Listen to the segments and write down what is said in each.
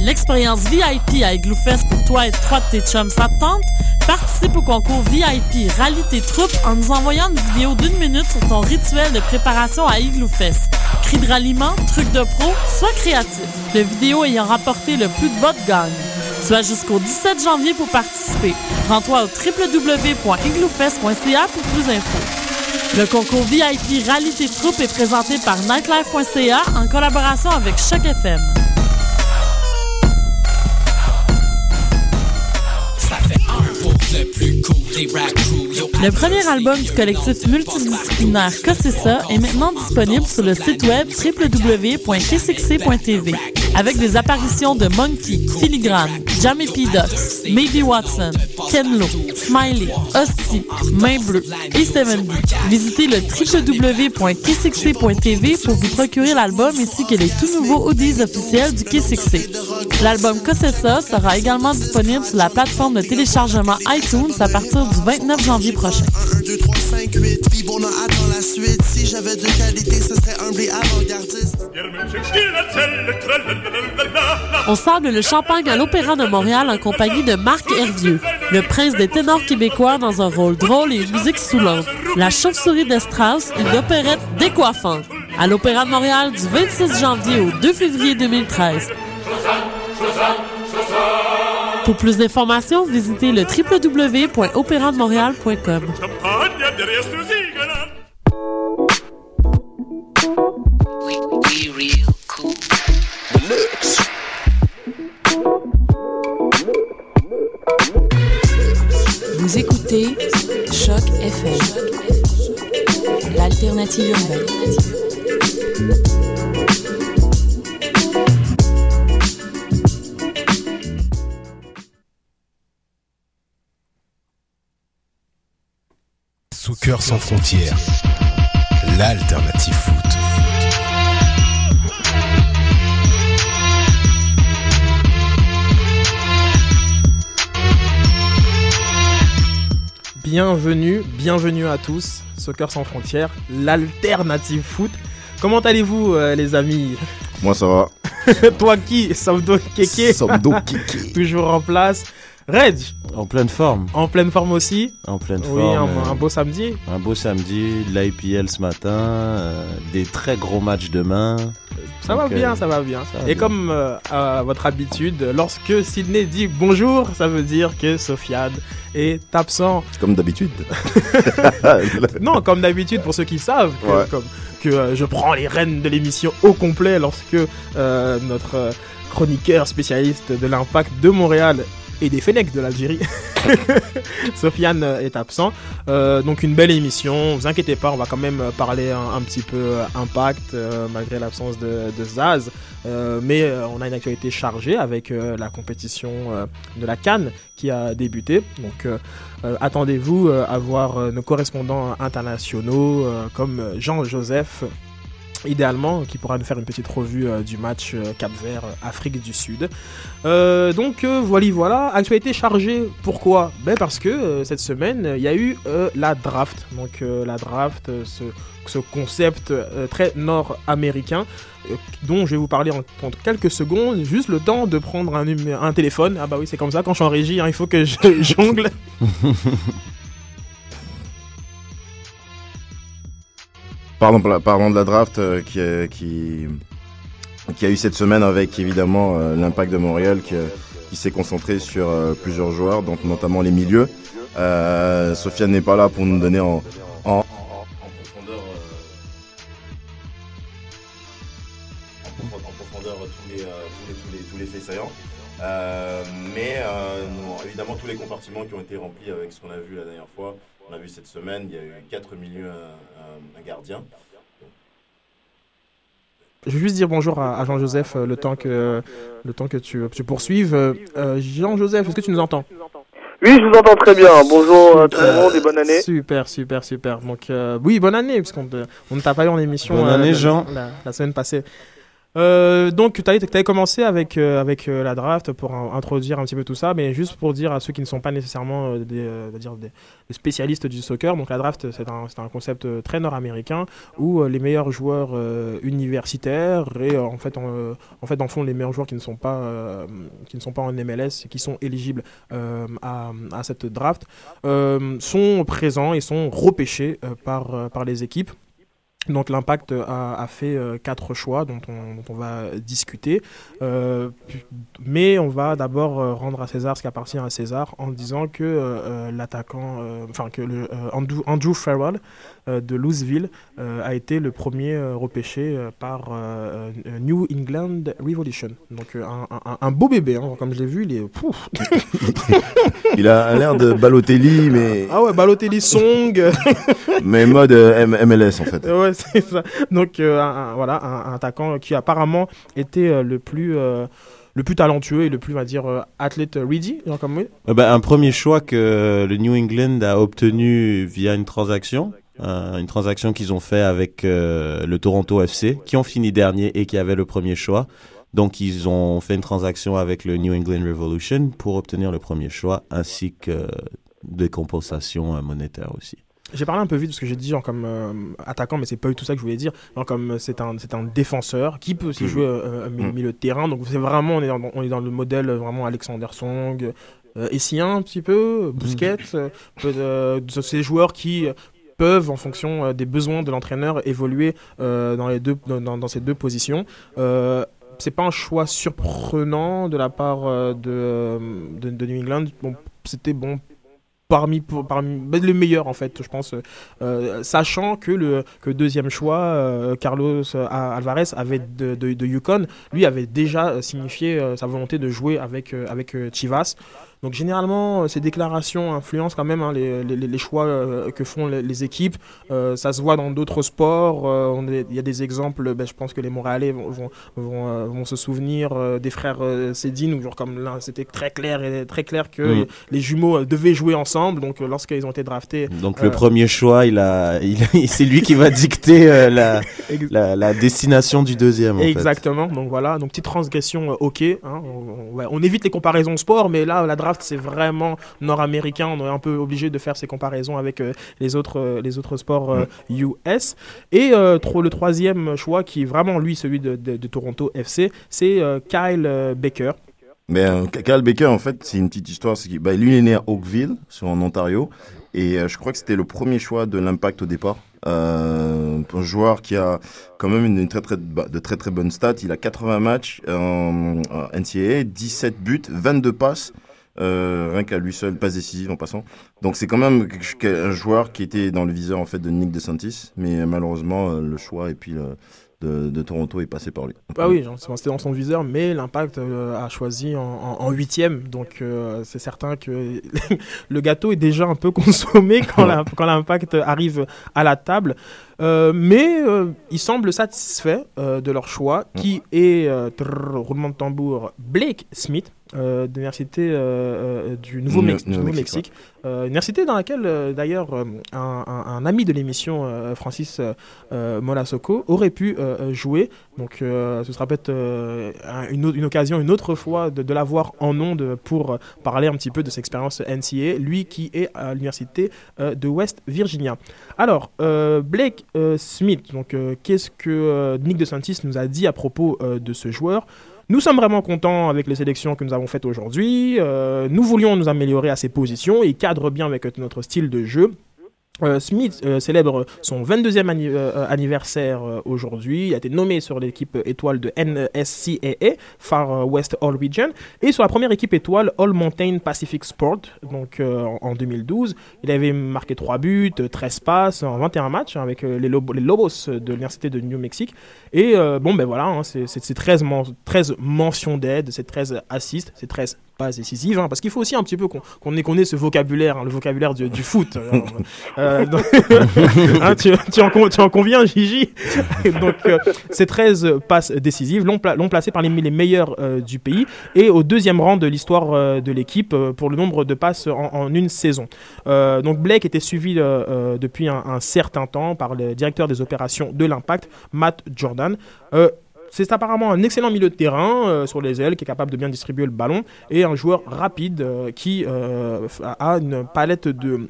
L'expérience VIP à Igloo Fest pour toi et 3 de tes chums, ça te tente? Participe au concours VIP Rallye tes troupes en nous envoyant une vidéo d'1 minute sur ton rituel de préparation à Igloo Fest. Cris de ralliement, trucs de pro, sois créatif. Le vidéo ayant rapporté le plus de votes gagne. Tu as jusqu'au 17 janvier pour participer. Rends-toi au www.igloofest.ca pour plus d'infos. Le concours VIP Rallye tes troupes est présenté par nightlife.ca en collaboration avec Choc FM. Le premier album du collectif multidisciplinaire Cossessa est maintenant disponible sur le site web www.k6c.tv avec des apparitions de Monkey, Filigrane, Jamie P. Ducks, Maybe Watson, Ken Lo, Smiley, Hostie, Main Bleue et 70. Visitez le www.k6c.tv pour vous procurer l'album ainsi que les tout nouveaux hoodies officiels du K6C. L'album Cossessa sera également disponible sur la plateforme de téléchargement iTunes à partir du 29 janvier prochain. 1, 2, 3, 5, 8, puis bon, on attend la suite. Si j'avais de qualité, ce serait humble et avant-gardiste. On sable le champagne à l'Opéra de Montréal en compagnie de Marc Hervieux, le prince des ténors québécois dans un rôle drôle et une musique soulante. La chauve-souris de Strauss, une opérette décoiffante. À l'Opéra de Montréal du 26 janvier au 2 février 2013. Pour plus d'informations, visitez le www.opérademontréal.com. Vous écoutez Choc FM, l'alternative urbaine. Cœur sans frontières, l'alternative foot. Bienvenue à tous, Soccer sans frontières, l'alternative foot. Comment allez-vous les amis? Moi ça va. Toi qui? Samdo Keke. Toujours en place. Reg. En pleine forme. En pleine forme aussi. En pleine oui, forme. Un beau samedi. Un beau samedi, l'IPL ce matin, des très gros matchs demain. Ça va bien. Et comme à votre habitude, lorsque Sydney dit bonjour, ça veut dire que Sofiane est absent. Comme d'habitude. Non, comme d'habitude pour ceux qui savent que je prends les rênes de l'émission au complet lorsque notre chroniqueur spécialiste de l'Impact de Montréal et des Fennecs de l'Algérie, Sofiane est absent. Donc une belle émission, vous inquiétez pas, on va quand même parler un petit peu Impact malgré l'absence de Zaz. Mais on a une actualité chargée avec la compétition de la CAN qui a débuté. Donc attendez-vous à voir nos correspondants internationaux comme Jean-Joseph, idéalement, qui pourra nous faire une petite revue du match Cap-Vert-Afrique du Sud. Donc voilà, actualité chargée, pourquoi? Parce que cette semaine, il y a eu la draft. Donc la draft, ce concept très nord-américain, dont je vais vous parler en quelques secondes, juste le temps de prendre un téléphone. Ah bah oui, c'est comme ça, quand je suis en régie, il faut que je jongle. Parlons de la draft qui a eu cette semaine avec évidemment l'Impact de Montréal qui s'est concentré sur plusieurs joueurs, donc notamment les milieux. Sofiane n'est pas là pour nous donner en profondeur tous les faits saillants. Mais évidemment tous les compartiments qui ont été remplis avec ce qu'on a vu la dernière fois. On a vu cette semaine, il y a eu 4 milieux, un gardien. Je vais juste dire bonjour à Jean-Joseph le temps que tu poursuives. Jean-Joseph, est-ce que tu nous entends? Oui, je vous entends très bien. Bonjour à tout le monde et bonne année. Super. Donc oui, bonne année, puisqu'on ne t'a pas eu en émission bonne année, Jean. La semaine passée. Donc, tu avais commencé avec la draft pour introduire un petit peu tout ça, mais juste pour dire à ceux qui ne sont pas nécessairement des spécialistes du soccer, donc la draft, c'est un concept très nord-américain où les meilleurs joueurs universitaires et en fait, dans le fond, les meilleurs joueurs qui ne sont pas en MLS et qui sont éligibles à cette draft sont présents et sont repêchés par les équipes. Donc l'Impact a fait 4 choix dont on va discuter, mais on va d'abord rendre à César ce qui appartient à César en disant que Andrew Farrell de Louisville a été le premier repêché par New England Revolution. Donc un beau bébé, hein, comme je l'ai vu, il est... Il a l'air de Balotelli, mais... Ah ouais, Balotelli Song. Mais mode MLS en fait. Ouais, c'est ça. Donc un attaquant qui apparemment était le plus talentueux et le plus, on va dire, athlète ready, genre comme oui. Un premier choix que le New England a obtenu via une transaction qu'ils ont fait avec le Toronto FC, qui ont fini dernier et qui avait le premier choix. Donc, ils ont fait une transaction avec le New England Revolution pour obtenir le premier choix, ainsi que des compensations monétaires aussi. J'ai parlé un peu vite parce que j'ai dit genre comme attaquant, mais c'est pas du tout ça que je voulais dire. Genre comme c'est un défenseur qui peut aussi jouer milieu de terrain. Donc c'est vraiment on est dans le modèle vraiment Alexander Song, Essien un petit peu, Busquets, ces joueurs qui peuvent en fonction des besoins de l'entraîneur évoluer dans ces deux positions. C'est pas un choix surprenant de la part de New England. Bon, c'était bon. Parmi les meilleurs en fait, je pense, sachant que le deuxième choix, Carlos Alvarez avait de Yukon, lui avait déjà signifié sa volonté de jouer avec Chivas. Donc généralement, ces déclarations influencent quand même les choix que font les équipes. Ça se voit dans d'autres sports. Il y a des exemples, je pense que les Montréalais vont se souvenir des frères Sedin, où genre comme là, c'était très clair que les jumeaux devaient jouer ensemble. Donc lorsqu'ils ont été draftés... Donc le premier choix, c'est lui qui va dicter la destination du deuxième. Exactement. En fait. Donc voilà, donc petite transgression, ok. Hein, on évite les comparaisons sport, mais là, la draft, c'est vraiment nord-américain. On est un peu obligé de faire ces comparaisons avec les autres sports US. Et le troisième choix, qui est vraiment lui, celui de Toronto FC, c'est Kyle Baker. Mais Kyle Baker, en fait, c'est une petite histoire. C'est lui, il est né à Oakville, en Ontario. Et je crois que c'était le premier choix de l'Impact au départ. Un joueur qui a quand même de très très bonnes stats. Il a 80 matchs en NCAA, 17 buts, 22 passes. Rien qu'à lui seul, passe décisive en passant. Donc c'est quand même un joueur qui était dans le viseur en fait de Nick DeSantis, mais malheureusement le choix et puis de Toronto est passé par lui. Ah oui, c'était dans son viseur, mais l'Impact a choisi en 8e, donc c'est certain que le gâteau est déjà un peu consommé quand l'Impact arrive à la table. Mais ils semblent satisfaits de leur choix, qui est, roulement de tambour, Blake Smith, de l'université du Nouveau-Mexique. Université dans laquelle, d'ailleurs, un ami de l'émission, Francis Molasoko, aurait pu jouer. Donc, ce sera peut-être une occasion, une autre fois, de l'avoir en ondes pour parler un petit peu de cette expérience NCAA, lui qui est à l'université de West Virginia. Alors, Blake Smith, donc, qu'est-ce que Nick DeSantis nous a dit à propos de ce joueur ? Nous sommes vraiment contents avec les sélections que nous avons faites aujourd'hui. Nous voulions nous améliorer à ces positions et il cadre bien avec notre style de jeu. Smith célèbre son 22e anniversaire aujourd'hui. Il a été nommé sur l'équipe étoile de NSCAA, Far West All Region, et sur la première équipe étoile All Mountain Pacific Sport, donc en 2012. Il avait marqué 3 buts, 13 passes en 21 matchs avec les Lobos de l'Université de New Mexico. Et voilà, hein, c'est 13 mentions d'aide, c'est 13 assists, c'est 13 passes décisives, hein, parce qu'il faut aussi un petit peu qu'on ait ce vocabulaire, hein, le vocabulaire du foot. Hein, tu en conviens, Gigi. Donc, ces 13 passes décisives l'ont placé parmi les meilleurs du pays et au deuxième rang de l'histoire de l'équipe pour le nombre de passes en une saison. Donc, Blake était suivi depuis un certain temps par le directeur des opérations de l'Impact, Matt Jordan. c'est apparemment un excellent milieu de terrain sur les ailes qui est capable de bien distribuer le ballon et un joueur rapide qui a une palette de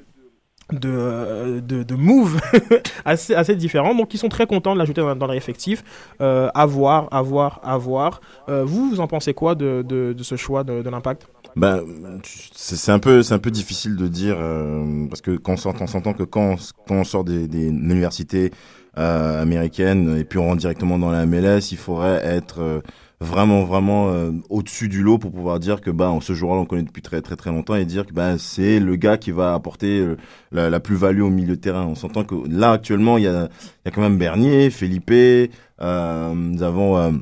moves assez différents, donc ils sont très contents de l'ajouter dans leur effectif. À voir. Vous en pensez quoi de ce choix de l'Impact? C'est un peu difficile de dire parce que on s'entend que quand on sort des universités américaines et puis on rentre directement dans la MLS, il faudrait être vraiment au-dessus du lot pour pouvoir dire que ce joueur-là on connaît depuis très très très longtemps et dire que c'est le gars qui va apporter la plus-value au milieu de terrain. On s'entend que là actuellement il y a quand même Bernier, Felipe, nous avons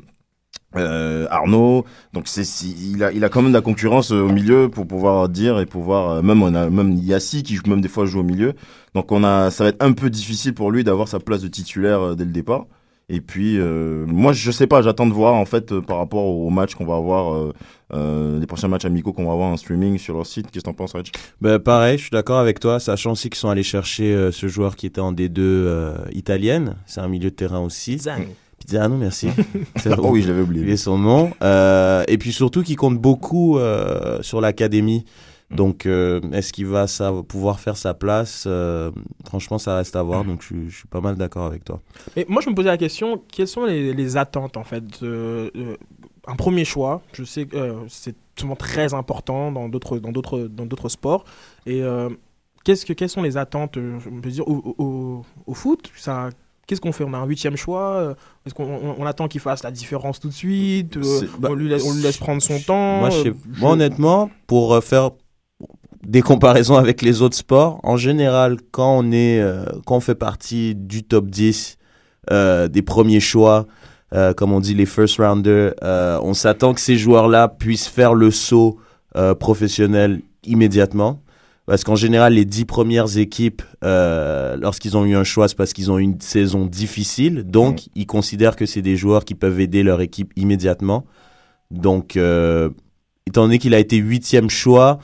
Arnaud, donc il a quand même de la concurrence au milieu pour pouvoir dire et pouvoir même Yassi qui même des fois joue au milieu. Donc ça va être un peu difficile pour lui d'avoir sa place de titulaire dès le départ. Et puis moi je sais pas, j'attends de voir en fait par rapport au match qu'on va avoir les prochains matchs amicaux qu'on va avoir en streaming sur leur site. Qu'est-ce que t'en penses, Reg? Pareil, je suis d'accord avec toi, sachant aussi qu'ils sont allés chercher ce joueur qui était en D2 italienne, c'est un milieu de terrain aussi. Pizzano, merci. Oh oui, je l'avais oublié. Son nom. Et puis surtout qu'il compte beaucoup sur l'académie. Donc, est-ce qu'il va pouvoir faire sa place? Franchement, ça reste à voir. Donc, je suis pas mal d'accord avec toi. Et moi, je me posais la question, quelles sont les attentes, en fait, un premier choix? Je sais que c'est souvent très important dans d'autres sports. Et quelles sont les attentes, on peut dire, au foot? Qu'est-ce qu'on fait? On a un 8e choix? Est-ce qu'on attend qu'il fasse la différence tout de suite? On lui laisse prendre son temps? Moi, honnêtement, pour faire des comparaisons avec les autres sports, en général, quand on fait partie du top 10 des premiers choix, comme on dit les first rounders, on s'attend que ces joueurs-là puissent faire le saut professionnel immédiatement. Parce qu'en général, les 10 premières équipes, lorsqu'ils ont eu un choix, c'est parce qu'ils ont eu une saison difficile. Donc, ils considèrent que c'est des joueurs qui peuvent aider leur équipe immédiatement. Donc, étant donné qu'il a été 8e choix,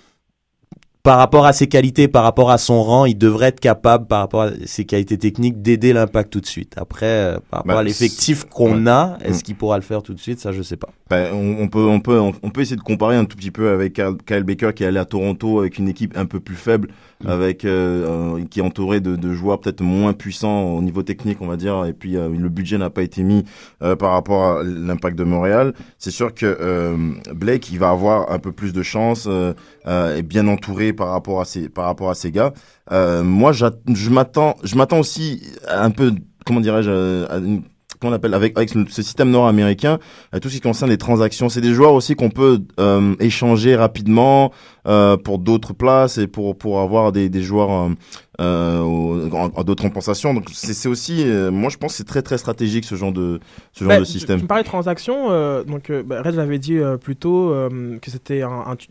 par rapport à ses qualités, par rapport à son rang, il devrait être capable, par rapport à ses qualités techniques, d'aider l'Impact tout de suite. Après, par rapport à l'effectif qu'on a, est-ce qu'il pourra le faire tout de suite? Ça, je sais pas. On peut essayer de comparer un tout petit peu avec Kyle Baker qui est allé à Toronto avec une équipe un peu plus faible, avec qui est entouré de joueurs peut-être moins puissants au niveau technique, on va dire, et puis le budget n'a pas été mis par rapport à l'Impact de Montréal. C'est sûr que Blake, il va avoir un peu plus de chance et bien entouré par rapport à ces gars. Moi, je m'attends aussi un peu, comment dirais-je, qu'on appelle avec ce système nord-américain, tout ce qui concerne les transactions. C'est des joueurs aussi qu'on peut échanger rapidement pour d'autres places et pour avoir des joueurs d'autres compensations. Donc c'est aussi, moi je pense que c'est très très stratégique ce genre de système. Tu me parlais de transactions, Red l'avait dit plus tôt que c'était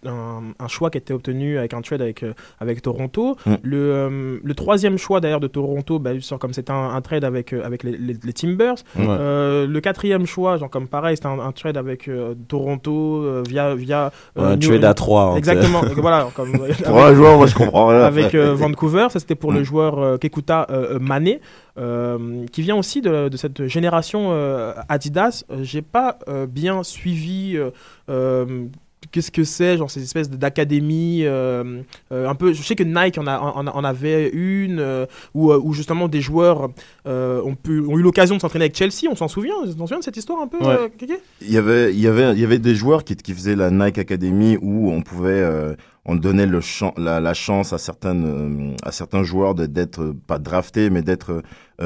un choix qui était obtenu avec un trade avec Toronto. Le 3e choix d'ailleurs de Toronto, comme c'était un trade avec les Timbers. Le 4e choix, genre comme pareil, c'était un trade avec Toronto via un trade à 3. Exactement. Voilà, comme pour un joueur, moi je comprends rien. Avec Vancouver, ça c'était pour le joueur Kekuta Mané, qui vient aussi de cette génération Adidas. J'ai pas bien suivi qu'est-ce que c'est, genre ces espèces d'académie un peu. Je sais que Nike en avait une où justement des joueurs ont eu l'occasion de s'entraîner avec Chelsea. On s'en souvient de cette histoire un peu? Ouais. Il y avait des joueurs qui faisaient la Nike Academy où on pouvait on donnait la chance à certains joueurs d'être pas draftés mais d'être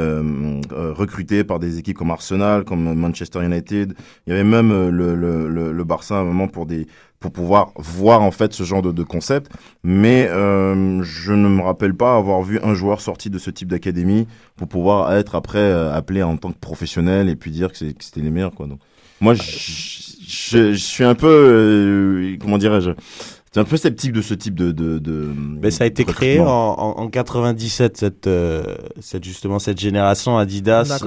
recrutés par des équipes comme Arsenal, comme Manchester United. Il y avait même le Barça à un moment pour pouvoir voir en fait ce genre de concept, mais je ne me rappelle pas avoir vu un joueur sorti de ce type d'académie pour pouvoir être après appelé en tant que professionnel et puis dire que c'était les meilleurs, quoi. Donc moi je suis un peu comment dirais-je, c'est un peu sceptique de ce type Mais ça a été créé en 97 justement cette génération Adidas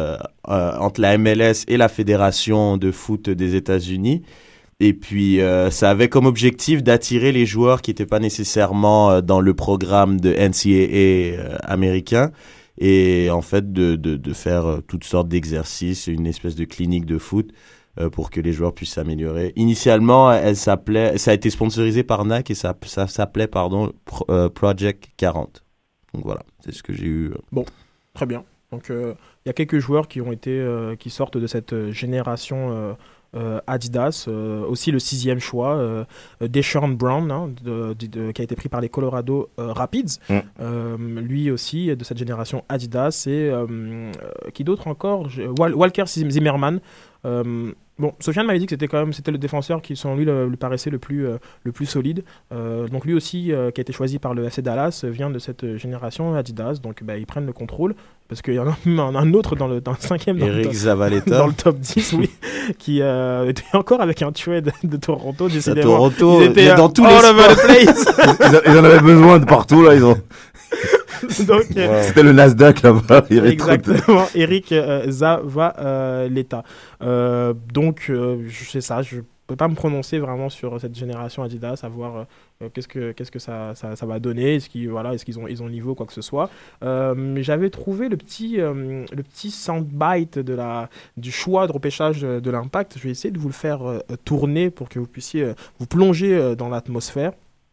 entre la MLS et la Fédération de foot des États-Unis. Et puis ça avait comme objectif d'attirer les joueurs qui n'étaient pas nécessairement dans le programme de NCAA américain et en fait de faire toutes sortes d'exercices, une espèce de clinique de foot pour que les joueurs puissent s'améliorer. Initialement, ça a été sponsorisé par NAC et ça s'appelait Project 40. Donc voilà, c'est ce que j'ai eu. Bon, très bien. Donc il y a quelques joueurs qui sortent de cette génération Adidas, aussi le 6e choix, Deshaun Brown, hein, qui a été pris par les Colorado Rapids, lui aussi de cette génération Adidas, et qui d'autre encore, Walker Zimmerman. Bon, Sofiane m'avait dit que c'était le défenseur qui, selon lui, lui paraissait le plus solide. Donc lui aussi, qui a été choisi par le FC Dallas, vient de cette génération Adidas. Donc ils prennent le contrôle, parce qu'il y en a un autre dans le 5e Eric Zavaleta dans le top 10, oui, qui était encore avec un trade de Toronto. Toronto, ils étaient dans tous les over the place. Ils en avaient besoin de partout, là. Donc, c'était le Nasdaq là-bas. Exactement, Eric Zavaleta. Donc, c'est ça, je peux pas me prononcer vraiment sur cette génération Adidas, à voir qu'est-ce que ça va donner, est-ce qu'ils ont le niveau, quoi que ce soit. J'avais trouvé le petit soundbite du choix de repêchage de l'Impact. Je vais essayer de vous le faire tourner pour que vous puissiez vous plonger dans l'atmosphère.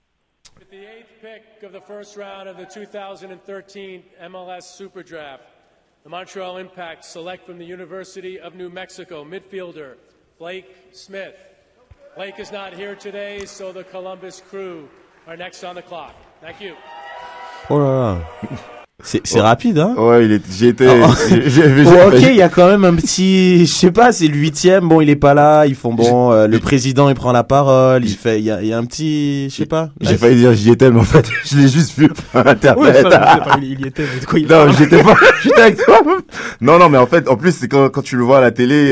Of the first round of the 2013 MLS Super Draft, the Montreal Impact select from the University of New Mexico midfielder Blake Smith. Blake is not here today, so the Columbus Crew are next on the clock. Thank you. Oh là là. C'est rapide, hein? Ouais, j'ai été. Ok, il y a quand même un petit, je sais pas, c'est le 8e. Bon, il est pas là. Ils font le président, il prend la parole. Il y a un petit, je sais pas. J'ai failli dire j'y étais, mais en fait, je l'ai juste vu par internet. Oui, il y était. Mais de quoi il non, j'étais pas. J'étais avec toi. Non, mais en fait, en plus, c'est quand tu le vois à la télé,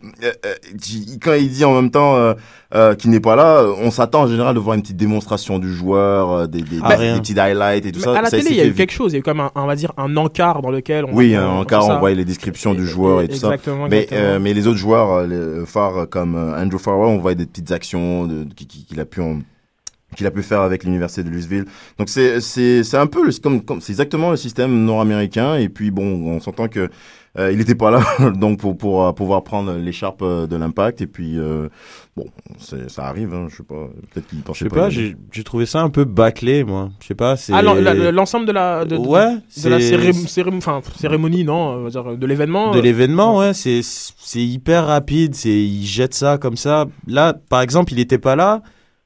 quand il dit en même temps. Qui n'est pas là, on s'attend en général de voir une petite démonstration du joueur, des petits highlights et tout ça. À la télé, il y a eu quelque chose, il y a eu comme un, on va dire, un encart dans lequel un encart, on voit les descriptions du joueur et tout ça. Mais les autres joueurs, les phares comme Andrew Farwell, on voit des petites actions qu'il a pu faire avec l'université de Louisville. Donc c'est un peu c'est exactement le système nord-américain, et puis bon, on s'entend que il était pas là donc pour pouvoir prendre l'écharpe de l'Impact, et puis bon, ça arrive, hein, je sais pas, peut-être qu'il pensait pas. Je sais pas, j'ai trouvé ça un peu bâclé, moi. Je sais pas, c'est l'ensemble de la cérémonie, non, on va dire, de l'événement. De l'événement, ouais, c'est hyper rapide, il jette ça comme ça. Là, par exemple, il était pas là.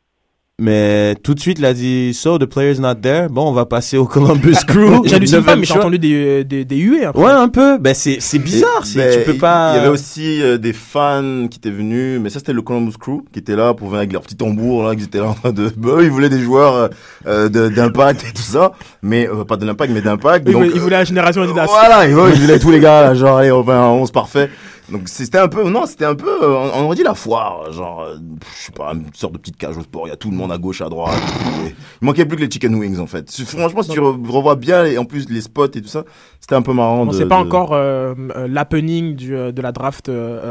Mais tout de suite, il a dit, so the player's not there. Bon, on va passer au Columbus Crew. J'hallucine pas, mais j'ai entendu des huées. Après. Ouais, un peu. Ben, c'est bizarre. Tu peux pas. Il y avait aussi des fans qui étaient venus, mais ça, c'était le Columbus Crew qui était là pour venir avec leurs petits tambours, là, qui étaient là en train de, ils voulaient des joueurs, d'Impact et tout ça. Mais, pas de l'Impact, mais d'Impact. Ils voulaient la génération Adidas. Voilà, ils voulaient tous les gars, là, genre, allez, on fait un 11 parfait. Donc c'était un peu, on aurait dit la foire, genre, je sais pas, une sorte de petite cage au sport, il y a tout le monde à gauche, à droite. Il manquait plus que les chicken wings, en fait. Franchement, si tu revois bien, et en plus les spots et tout ça, c'était un peu marrant. C'est pas encore l'happening de la draft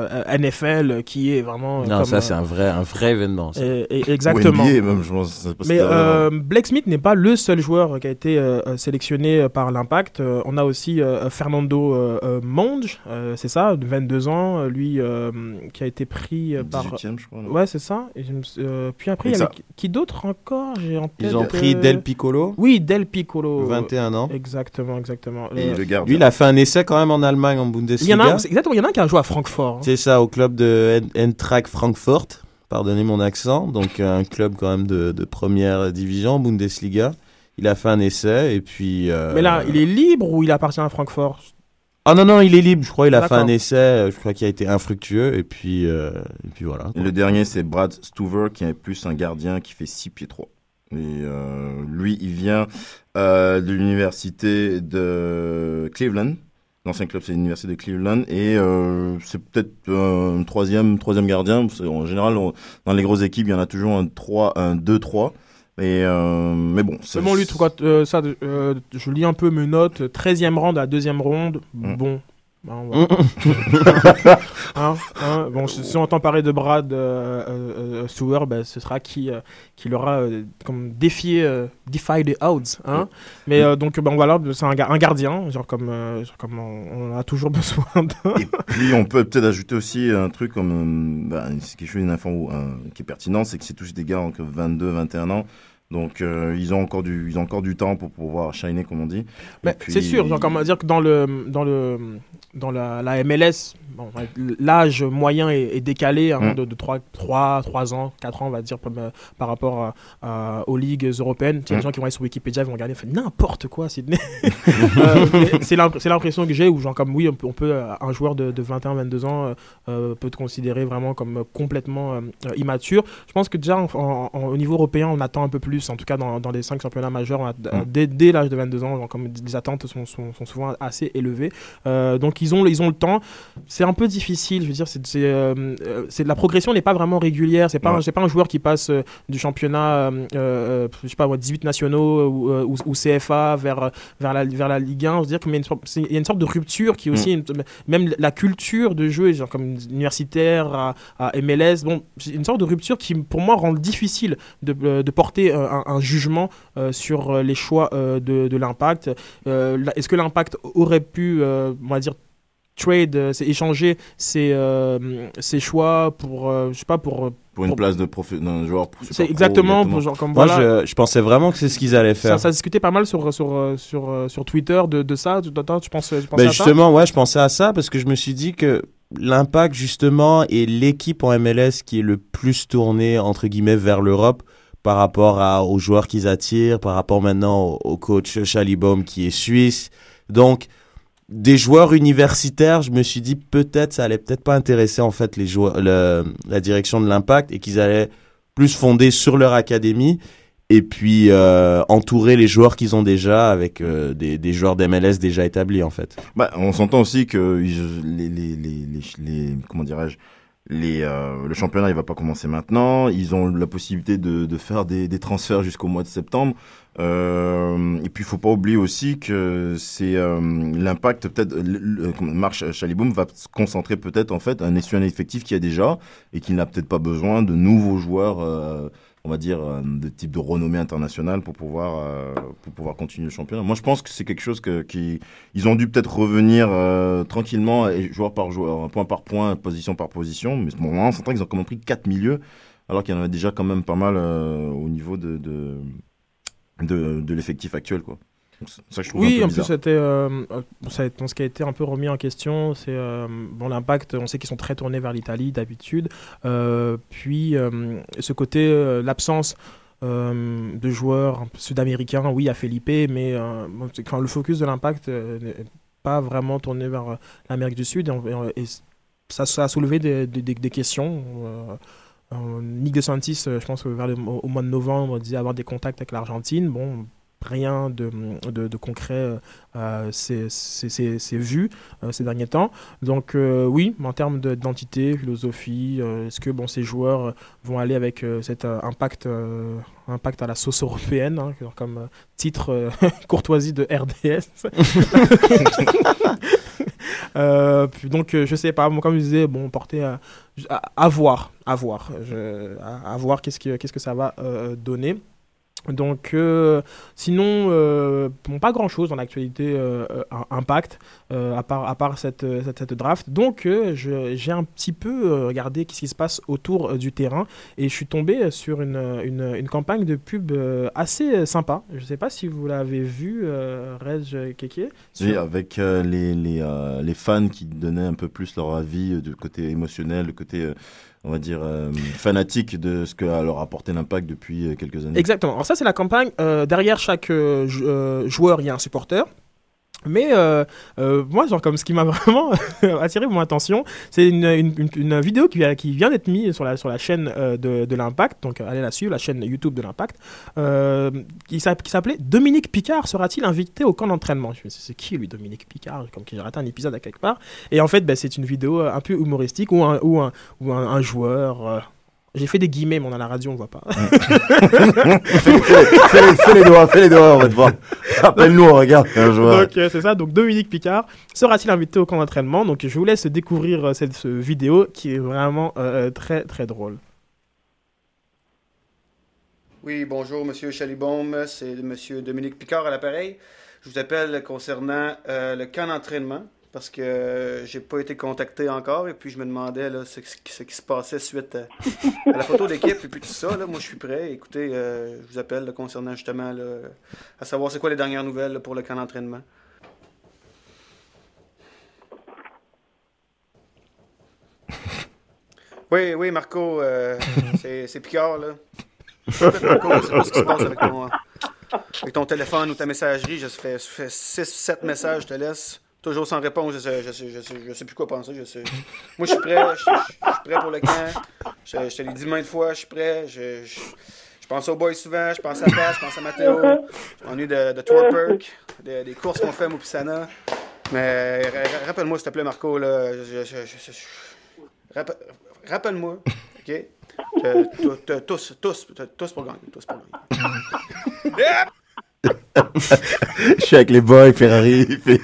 NFL qui est vraiment. Non, ça c'est un vrai événement. Ça. Exactement. NBA, même, je pense, mais Blake Smith n'est pas le seul joueur qui a été sélectionné par l'Impact. On a aussi Fernando Monge, c'est ça, de 22 ans. Lui qui a été pris par 18e, je crois. Ouais, c'est ça. Et puis après, il y avait qui d'autre encore? Ils ont pris Del Piccolo. Oui, Del Piccolo. 21 ans. Exactement. Et lui, il a fait un essai quand même en Allemagne, en Bundesliga. Il y en a un qui a joué à Francfort. Hein. C'est ça, au club de Eintracht Frankfurt. Pardonnez mon accent. Donc un club quand même de première division, Bundesliga. Il a fait un essai et puis. Mais là, il est libre ou il appartient à Francfort? Ah non, il est libre. Je crois qu'il a fait un essai. Je crois qu'il a été infructueux. Et puis voilà. Et le dernier, c'est Brad Stuver, qui est plus un gardien qui fait 6 pieds 3. Et lui, il vient de l'université de Cleveland. L'ancien club, c'est l'université de Cleveland. Et c'est peut-être un troisième gardien. En général, dans les grosses équipes, il y en a toujours un 2-3. Mais bon, seulement lui, je lis un peu mes notes. 13e rang de la deuxième ronde. Bon, Bon, si on entend parler de Brad Stewart, ce sera qui l'aura comme defy the odds. Mais donc voilà, c'est un gardien, genre comme on a toujours besoin d'un. Et puis on peut peut-être ajouter aussi un truc comme c'est quelque chose, une info qui est pertinent, c'est que c'est tous des gars entre 22, 21 ans. Donc ils ont encore du temps pour pouvoir shiner, comme on dit. Mais puis, c'est sûr, genre comment dire que dans la MLS, l'âge moyen est décalé de 3 ans, 4 ans, on va dire, par rapport aux ligues européennes. Il y a des gens qui vont aller sur Wikipédia, ils vont regarder, n'importe quoi, Sydney. C'est l'impression que j'ai, où genre comme on peut un joueur de 21, 22 ans peut te considérer vraiment comme complètement immature. Je pense que déjà au niveau européen, on attend un peu plus. En tout cas, dans les 5 championnats majeurs, dès l'âge de 22 ans, comme les attentes sont souvent assez élevées. Donc, ils ont le temps. C'est un peu difficile. Je veux dire, la progression n'est pas vraiment régulière. C'est pas un joueur qui passe du championnat, je sais pas, 18 nationaux ou CFA vers la Ligue 1. Je veux dire qu'il y a une sorte de rupture qui est aussi même la culture de jeu, genre comme universitaire à MLS. Bon, c'est une sorte de rupture qui, pour moi, rend difficile de porter un jugement sur les choix de l'Impact. Est-ce que l'Impact aurait pu, on va dire, échanger ses choix pour je sais pas pour une place d'un joueur c'est exactement pour genre comme moi je pensais vraiment que c'est ce qu'ils allaient faire. Ça discutait pas mal sur Twitter de ça. Tu penses à justement ça je pensais à ça parce que je me suis dit que l'Impact justement est l'équipe en MLS qui est le plus tournée entre guillemets vers l'Europe par rapport aux joueurs qu'ils attirent, par rapport maintenant au coach Schallibaum qui est suisse. Donc des joueurs universitaires, je me suis dit peut-être ça allait peut-être pas intéresser en fait les joueurs, la direction de l'Impact, et qu'ils allaient plus fonder sur leur académie et puis entourer les joueurs qu'ils ont déjà avec des joueurs d'MLS déjà établis en fait. On s'entend aussi que comment dirais-je, le championnat il va pas commencer maintenant. Ils ont la possibilité de faire des transferts jusqu'au mois de septembre. Et puis il faut pas oublier aussi que c'est l'Impact peut-être Marc Schallibaum va se concentrer peut-être en fait sur un effectif qui a déjà et qui n'a peut-être pas besoin de nouveaux joueurs on va dire de type de renommée internationale pour pouvoir continuer le championnat. Moi je pense que c'est quelque chose ils ont dû peut-être revenir tranquillement et joueur par joueur, point par point, position par position, mais bon, on s'entend qu'ils ont quand même pris 4 milieux alors qu'il y en avait déjà quand même pas mal au niveau de l'effectif actuel, quoi. Donc, ça, je trouve un peu en bizarre. plus c'était ce qui a été un peu remis en question, c'est l'Impact, on sait qu'ils sont très tournés vers l'Italie d'habitude, puis ce côté l'absence de joueurs sud-américains, a Felipe, mais le focus de l'Impact n'est pas vraiment tourné vers l'Amérique du Sud, et ça a soulevé des questions. Nick DeSantis, je pense au mois de novembre, disait avoir des contacts avec l'Argentine. Bon, rien de concret c'est vu ces derniers temps. Donc mais en termes d'identité, philosophie, est-ce que ces joueurs vont aller avec cet impact à la sauce européenne, comme titre courtoisie de RDS. Puis donc je sais pas, comme je disais, porter à voir qu'est-ce que ça va donner. Donc sinon pas grand chose dans l'actualité Impact à part cette draft. Donc j'ai un petit peu regardé ce qui se passe autour du terrain et je suis tombé sur une campagne de pub assez sympa. Je sais pas si vous l'avez vu, Reg Keke. Oui, avec les fans qui donnaient un peu plus leur avis du côté émotionnel, le côté on va dire fanatique de ce que leur a apporté l'Impact depuis quelques années. Exactement. Alors ça c'est la campagne. Derrière chaque joueur il y a un supporter. Mais moi, comme ce qui m'a vraiment attiré mon attention, c'est une vidéo qui vient d'être mise sur la chaîne de l'Impact. Donc allez la suivre, la chaîne YouTube de l'Impact, qui s'appelait Dominique Picard sera-t-il invité au camp d'entraînement? Je me suis dit, c'est qui lui, Dominique Picard? Comme que j'ai raté un épisode à quelque part. Et en fait, c'est une vidéo un peu humoristique où un joueur J'ai fait des guillemets, mais on a la radio, on voit pas. fais les doigts, on va te voir. Appelle-nous, on regarde un joueur. Donc c'est ça, donc Dominique Picard sera-t-il invité au camp d'entraînement? Donc je vous laisse découvrir cette vidéo qui est vraiment très très drôle. Oui, bonjour Monsieur Chalibaume, c'est Monsieur Dominique Picard à l'appareil. Je vous appelle concernant le camp d'entraînement. Parce que j'ai pas été contacté encore et puis je me demandais là, ce qui se passait suite à la photo d'équipe et puis tout ça. Là, moi, je suis prêt. Écoutez, je vous appelle là, concernant justement là, à savoir c'est quoi les dernières nouvelles là, pour le camp d'entraînement. Oui, Marco, c'est Picard, là. Marco, c'est pas ce qui se passe avec ton téléphone ou ta messagerie. Je fais 6-7 messages, je te laisse. Toujours sans réponse, je sais plus quoi penser. Moi, je suis prêt. Je suis prêt pour le camp. Je te l'ai dit maintes fois, je suis prêt. Je pense aux boys souvent. Je pense à Pat, je pense à Mathéo. Je m'ennuie de Tour Perk, des courses qu'on fait à Mopissana. Mais rappelle-moi, s'il te plaît, Marco. Là, rappelle-moi, OK? Tous pour gagner. Je suis avec les boys, Ferrari.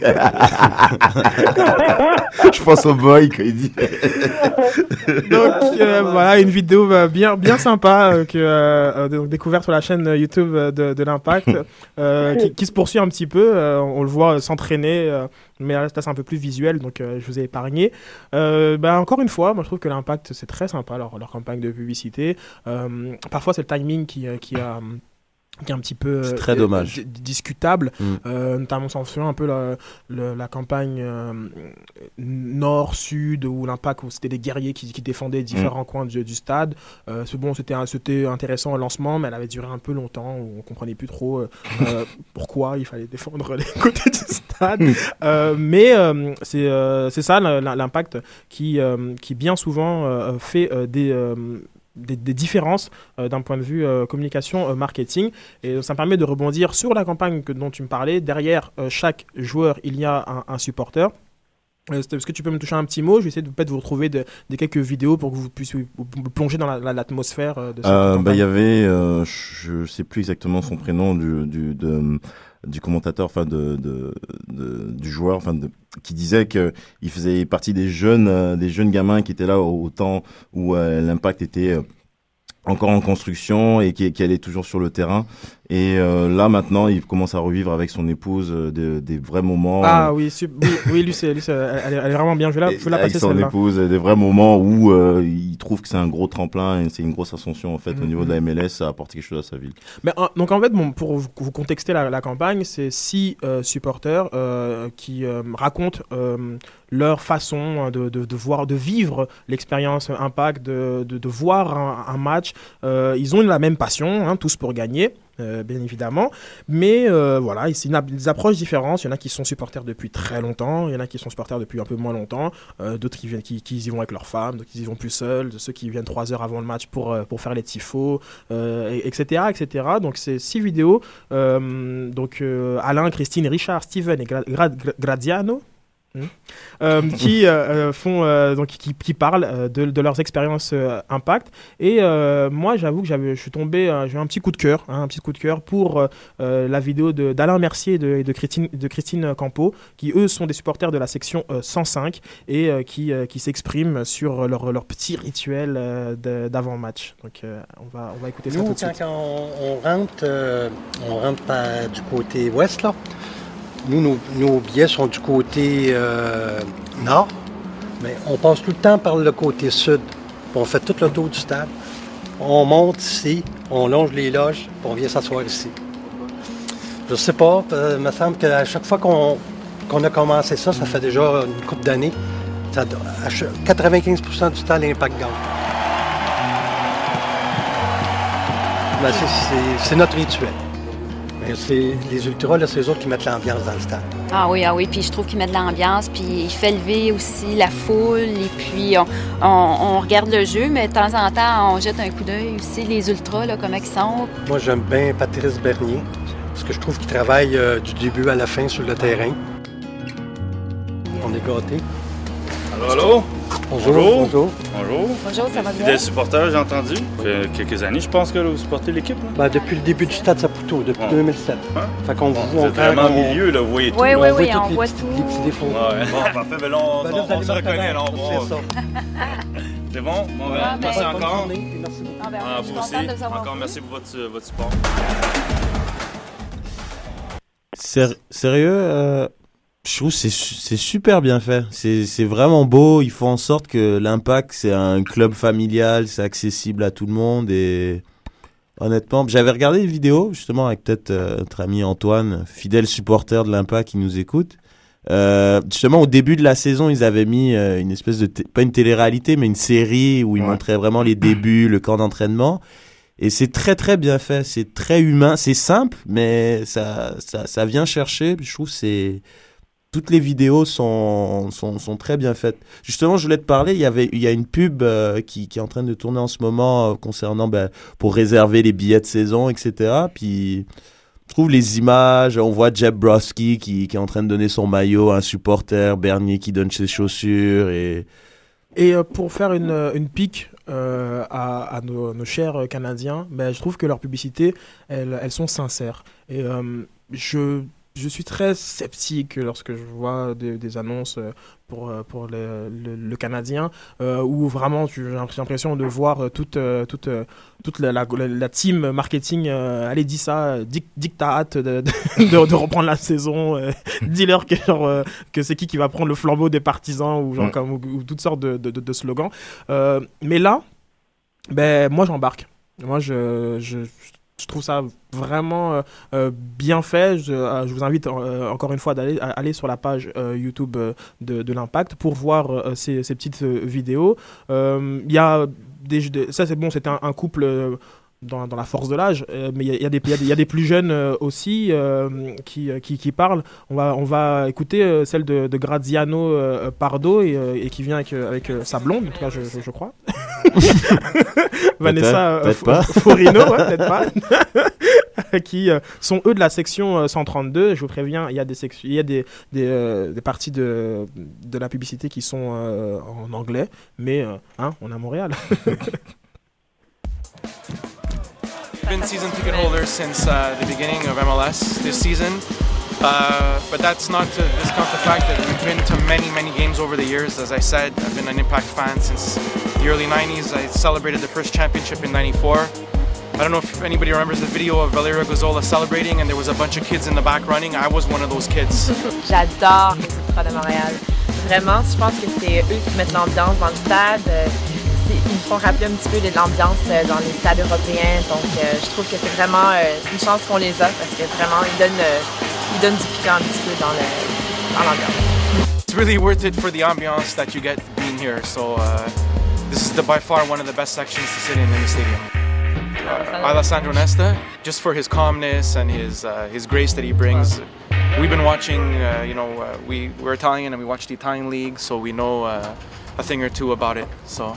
Je pense aux boys quand il dit. Donc voilà, une vidéo bien sympa découverte sur la chaîne YouTube de l'Impact qui se poursuit un petit peu. On le voit s'entraîner, mais là c'est un peu plus visuel, donc je vous ai épargné. Encore une fois, moi je trouve que l'Impact c'est très sympa leur campagne de publicité. Parfois c'est le timing qui est un petit peu très dommage. Discutable, notamment si on se souvient un peu la campagne nord-sud où l'Impact, où c'était des guerriers qui défendaient différents coins du stade. C'était intéressant au lancement, mais elle avait duré un peu longtemps, où on comprenait plus trop pourquoi il fallait défendre les côtés du stade. Mais c'est ça l'Impact qui bien souvent fait des différences d'un point de vue communication, marketing. Et ça me permet de rebondir sur la campagne dont tu me parlais. Derrière chaque joueur, il y a un supporter. Est-ce que tu peux me toucher un petit mot? Je vais essayer de peut-être vous retrouver des quelques vidéos pour que vous puissiez vous plonger dans l'atmosphère de cette campagne. Il y avait, je sais plus exactement son prénom du commentateur, enfin du joueur, enfin qui disait que il faisait partie des jeunes gamins qui étaient là au temps où l'Impact était encore en construction et qui allait toujours sur le terrain. Et là maintenant, il commence à revivre avec son épouse des vrais moments. Ah oui, lui, elle est vraiment bien. Je vais la passer son épouse, des vrais moments où il trouve que c'est un gros tremplin et c'est une grosse ascension en fait au niveau de la MLS. Ça a apporté quelque chose à sa ville. Mais donc en fait, pour vous contexter la campagne, c'est 6 supporters qui racontent leur façon de vivre l'expérience Impact, de voir un match. Ils ont la même passion, tous pour gagner. Bien évidemment, mais voilà, c'est des approches différentes. Il y en a qui sont supporters depuis très longtemps, il y en a qui sont supporters depuis un peu moins longtemps, d'autres qui y vont avec leur femme, d'autres qui y vont plus seuls, ceux qui viennent 3 heures avant le match pour faire les tifos, etc. Donc c'est 6 vidéos, Alain, Christine, Richard, Steven et Graziano qui parlent de leurs expériences Impact. Et moi, j'avoue que j'ai eu un petit coup de cœur, pour la vidéo d'Alain Mercier et de Christine Campo, qui eux sont des supporters de la section 105 et qui s'expriment sur leur petit rituel d'avant-match. Donc on va écouter ça tout de suite. Quand on rentre du côté ouest, là. Nous, nos billets sont du côté nord, mais on passe tout le temps par le côté sud. On fait tout le tour du stade. On monte ici, on longe les loges, puis on vient s'asseoir ici. Je sais pas, il me semble qu'à chaque fois qu'on a commencé ça fait déjà une couple d'années, 95% du temps, l'Impact gagne. Ben, c'est notre rituel. Les ultras, là, c'est eux autres qui mettent l'ambiance dans le stade. Ah oui, puis je trouve qu'ils mettent l'ambiance, puis il fait lever aussi la foule, et puis on regarde le jeu, mais de temps en temps, on jette un coup d'œil aussi, les ultras, là, comment ils sont. Moi, j'aime bien Patrice Bernier, parce que je trouve qu'il travaille du début à la fin sur le terrain. On est gâtés. Allô? Bonjour. Bonjour, ça va bien? Fidèle supporter, j'ai entendu. Ça fait quelques années, je pense, que vous supportez l'équipe. Là. Depuis le début du Stade Saputo, depuis 2007. Fait qu'on vous êtes vraiment au milieu, là, vous voyez tout. Oui, là. on voit voit les tout. petits défauts. Ouais. Bon, parfait, ben là, on se reconnaît, là, C'est ça. C'est bon? Bon, ben, merci encore. Merci beaucoup. Je suis Vous aussi. contente de vous avoir Encore vu. merci pour votre support. Sérieux, je trouve que c'est super bien fait. C'est vraiment beau. Ils font en sorte que l'Impact, c'est un club familial, c'est accessible à tout le monde. Et honnêtement, j'avais regardé une vidéo justement avec peut-être notre ami Antoine, fidèle supporter de l'Impact qui nous écoute. Justement, au début de la saison, ils avaient mis une espèce de pas une télé-réalité, mais une série où ils montraient vraiment les débuts, le camp d'entraînement. Et c'est très très bien fait, c'est très humain, c'est simple, mais ça vient chercher. Je trouve que toutes les vidéos sont très bien faites. Justement, je voulais te parler, il y a une pub qui est en train de tourner en ce moment concernant pour réserver les billets de saison, etc. Puis je trouve les images, on voit Jeb Brodsky qui est en train de donner son maillot à un supporter, Bernier qui donne ses chaussures Et pour faire une pique à nos chers Canadiens, je trouve que leurs publicités, elles sont sincères. Et je suis très sceptique lorsque je vois des annonces pour le Canadien, où vraiment j'ai l'impression de voir toute la team marketing. Allez, dis ça, dis que t'as hâte de reprendre la saison, dis-leur que c'est qui va prendre le flambeau des partisans ou toutes sortes de slogans. Mais là, moi j'embarque. Moi je trouve ça vraiment bien fait. Je vous invite encore une fois à aller sur la page YouTube de l'Impact pour voir ces petites vidéos. Il y a ça c'est bon, c'était un couple dans la force de l'âge, mais il y a des plus jeunes aussi qui parlent. On va écouter celle de Graziano Pardo et qui vient avec sa blonde, en tout cas je crois. Vanessa Forino, peut-être pas. Qui sont eux de la section 132. Je vous préviens, il y a des parties de la publicité qui sont en anglais, mais on est à Montréal. Been season ticket holders since the beginning of MLS this season, but that's not to discount the fact that we've been to many games over the years. As I said, I've been an Impact fan since the early 90s. I celebrated the first championship in 94. I don't know if anybody remembers the video of Valerio Gazzola celebrating and there was a bunch of kids in the back running. I was one of those kids. J'adore les Ultras de Montréal. Vraiment, je pense que c'est eux qui mettent l'ambiance dans le stade. Ils me font rappeler un petit peu de l'ambiance dans les stades européens. Donc, je trouve que c'est vraiment une chance qu'on les a parce que vraiment, ils donnent du piquant un petit peu dans l'ambiance. It's really worth it for the ambiance that you get being here. So, this is by far one of the best sections to sit in the stadium. Alessandro Nesta, just for his calmness and his grace that he brings. We've been watching, we're Italian and we watch the Italian league, so we know a thing or two about it. So.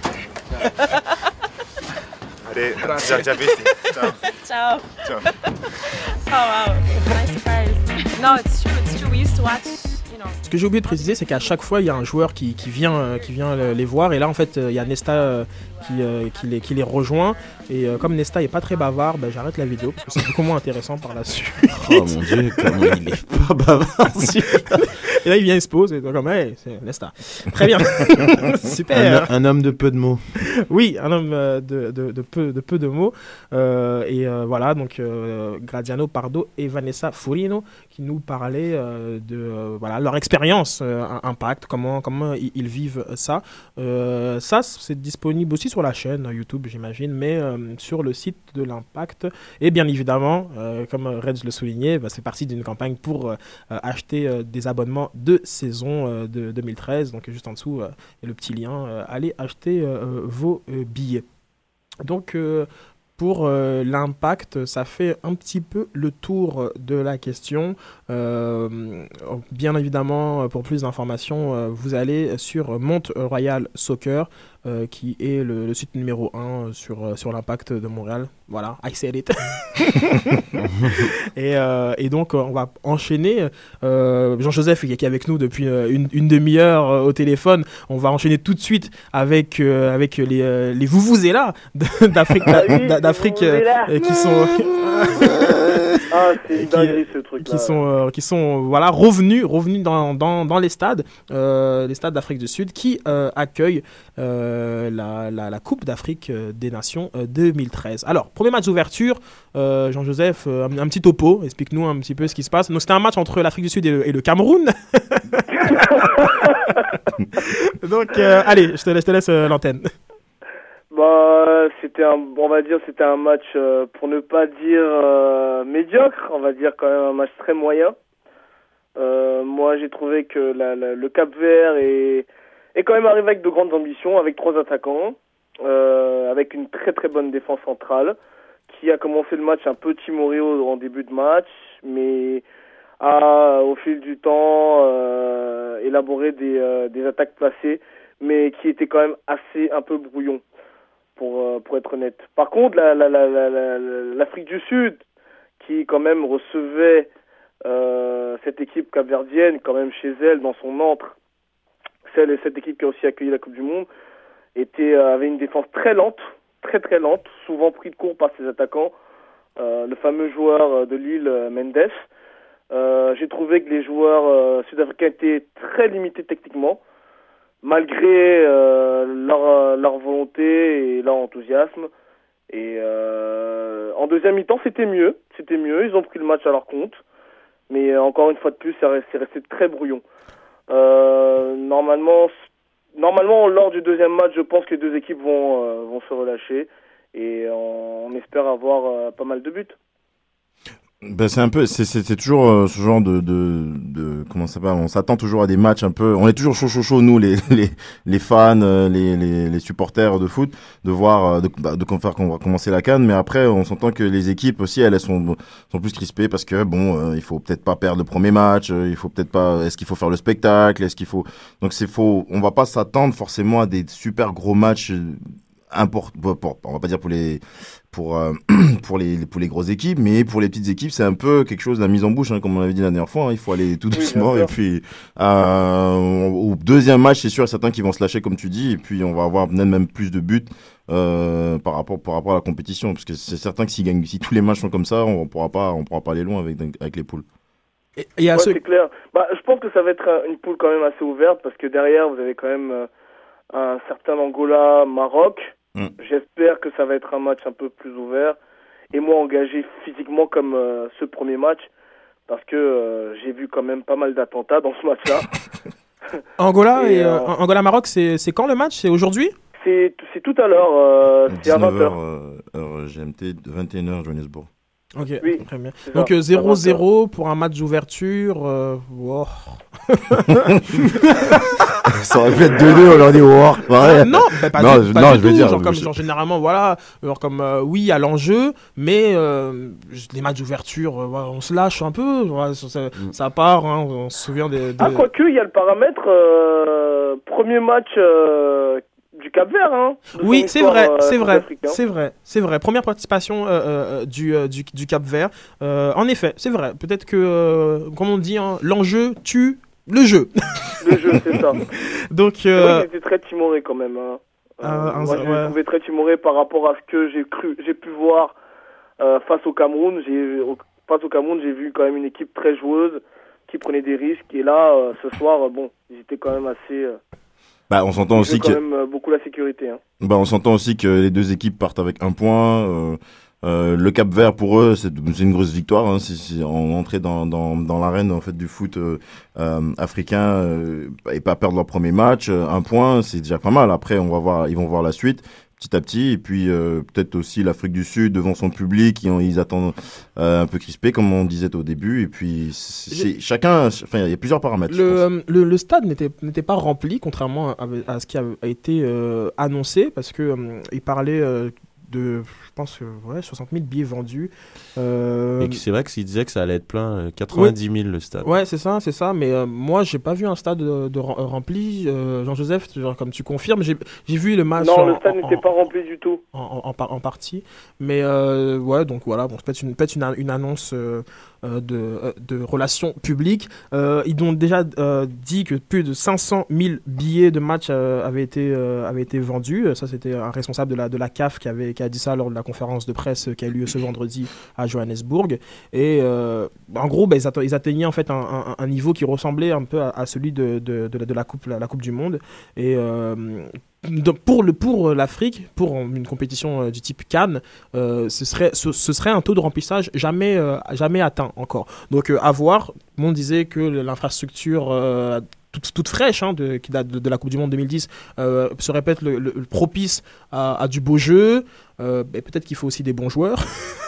Allez, già visti. Ciao. Oh wow, nice surprise. No, it's true. We used to watch. Ce que j'ai oublié de préciser, c'est qu'à chaque fois, il y a un joueur qui vient les voir. Et là, en fait, il y a Nesta qui les rejoint. Et comme Nesta n'est pas très bavard, j'arrête la vidéo parce que c'est beaucoup moins intéressant par la suite. Oh mon Dieu, comment il est pas bavard. Et là, il vient, il se pose et comme, hey, c'est Nesta. Très bien. Super. Un homme de peu de mots. Oui, un homme de peu de mots. Voilà, donc Graziano Pardo et Vanessa Forino qui nous parlaient de leur expérience Impact, comment ils vivent ça. Ça, c'est disponible aussi sur la chaîne YouTube, j'imagine, mais sur le site de l'Impact. Et bien évidemment, comme Reds le soulignait, c'est parti d'une campagne pour acheter des abonnements de saison de 2013. Donc juste en dessous, il y a le petit lien. Allez acheter vos billets. Donc pour l'Impact, ça fait un petit peu le tour de la question. Bien évidemment, pour plus d'informations, vous allez sur Mont Royal Soccer qui est le site numéro 1 sur l'Impact de Montréal. Voilà, I said it. et donc, on va enchaîner. Jean-Joseph, qui est avec nous depuis une demi-heure au téléphone, on va enchaîner tout de suite avec les Vuvuzela d'Afrique qui sont... c'est une dinguerie ce truc-là. Qui sont voilà, revenus dans les stades d'Afrique du Sud qui accueillent la Coupe d'Afrique des Nations 2013. Alors, premier match d'ouverture, Jean-Joseph, un petit topo, explique-nous un petit peu ce qui se passe. Donc, c'était un match entre l'Afrique du Sud et le Cameroun. Donc, allez, je te laisse l'antenne. C'était un match, pour ne pas dire médiocre, on va dire quand même un match très moyen. Moi, j'ai trouvé que le Cap-Vert est quand même arrivé avec de grandes ambitions, avec 3 attaquants, avec une très très bonne défense centrale, qui a commencé le match un peu timoré en début de match, mais a, au fil du temps, élaboré des attaques placées, mais qui étaient quand même un peu brouillons. Pour être honnête. Par contre, l'Afrique du Sud, qui quand même recevait cette équipe capverdienne, quand même chez elle, dans son antre, cette équipe qui a aussi accueilli la Coupe du Monde, avait une défense très lente, très très lente, souvent pris de court par ses attaquants, le fameux joueur de Lille, Mendes. J'ai trouvé que les joueurs sud-africains étaient très limités techniquement, malgré leur volonté et leur enthousiasme. Et en deuxième mi-temps, c'était mieux. Ils ont pris le match à leur compte. Mais encore une fois de plus, c'est resté très brouillon. Normalement, lors du deuxième match, je pense que les deux équipes vont se relâcher. Et on espère avoir pas mal de buts. C'est toujours ce genre de comment ça s'appelle, on s'attend toujours à des matchs un peu, on est toujours chaud nous les fans, les supporters de foot, de voir de faire qu'on va commencer la CAN, mais après on s'entend que les équipes aussi elles sont plus crispées parce que il faut peut-être pas perdre le premier match, il faut peut-être pas, est-ce qu'il faut faire le spectacle, donc on va pas s'attendre forcément à des super gros matchs on va pas dire pour les grosses équipes, mais pour les petites équipes, c'est un peu quelque chose de la mise en bouche, comme on avait dit la dernière fois. Il faut aller tout doucement, et puis au deuxième match, c'est sûr, certains qui vont se lâcher, comme tu dis, et puis on va avoir même plus de buts par rapport à la compétition, parce que c'est certain que si tous les matchs sont comme ça, on pourra pas aller loin avec les poules. C'est clair. Je pense que ça va être une poule quand même assez ouverte, parce que derrière, vous avez quand même un certain Angola, Maroc. J'espère que ça va être un match un peu plus ouvert et moins engagé physiquement comme ce premier match, parce que j'ai vu quand même pas mal d'attentats dans ce match-là. Angola-Maroc, c'est quand le match? C'est aujourd'hui? C'est tout à l'heure, c'est à 20h. GMT, 21h, Johannesburg. Ok, oui, très bien. Donc 0-0 pour un match d'ouverture. Wow. Ça aurait pu être 2-2, on leur dit wow. Non, pas du tout. Je veux dire, généralement, voilà, oui, il y a l'enjeu, mais les matchs d'ouverture, on se lâche un peu, ça part, on se souvient des... quoique, il y a le paramètre premier match du Cap-Vert, Oui, c'est vrai. Première participation du Cap-Vert. En effet, c'est vrai. Peut-être que, comme on dit, l'enjeu tue le jeu. Le jeu, c'est ça. Donc, il était très timoré quand même. Moi, je l'ai trouvé très timoré par rapport à ce que j'ai pu voir face au Cameroun. Face au Cameroun, j'ai vu quand même une équipe très joueuse qui prenait des risques. Et là, ce soir, ils étaient quand même assez... on s'entend aussi quand même beaucoup la sécurité. On s'entend aussi que les deux équipes partent avec un point. Le Cap-Vert pour eux, c'est une grosse victoire. C'est en entrée dans l'arène en fait du foot africain et pas perdre leur premier match. Un point, c'est déjà pas mal. Après, ils vont voir la suite petit à petit, et puis peut-être aussi l'Afrique du Sud devant son public, ils attendent un peu crispé comme on disait au début, et puis il y a plusieurs paramètres. Le stade n'était pas rempli, contrairement à ce qui a été annoncé, parce que il parlait je pense, 60 000 billets vendus. Et c'est vrai qu'il disait que ça allait être plein, 90 000 le stade. Ouais, c'est ça. Mais moi, j'ai pas vu un stade rempli. Jean-Joseph, comme tu confirmes, j'ai vu le match. Non, le stade n'était pas rempli du tout. En partie. Mais ouais, donc voilà, bon, c'est peut-être une annonce de relations publiques. Ils ont déjà dit que plus de 500 000 billets de match avaient été vendus. Ça, c'était un responsable de la CAF qui a dit ça lors de la conférence de presse qui a eu lieu ce vendredi à Johannesburg. Et en gros, ils atteignaient en fait un niveau qui ressemblait un peu à celui de la Coupe du Monde. Et pour l'Afrique, pour une compétition du type CAN, ce serait un taux de remplissage jamais atteint encore. Donc à voir. On disait que l'infrastructure toute fraîche qui date de la Coupe du Monde 2010 serait peut-être le propice à du beau jeu. Et peut-être qu'il faut aussi des bons joueurs.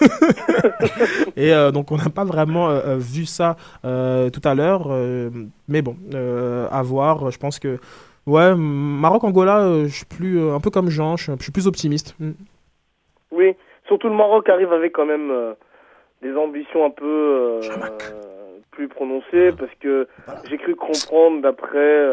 Et donc on n'a pas vraiment vu ça tout à l'heure. Mais bon, à voir. Je pense que ouais, Maroc-Angola, je suis un peu comme Jean, je suis plus optimiste. Oui, surtout le Maroc arrive avec quand même des ambitions un peu plus prononcées, parce que j'ai cru comprendre d'après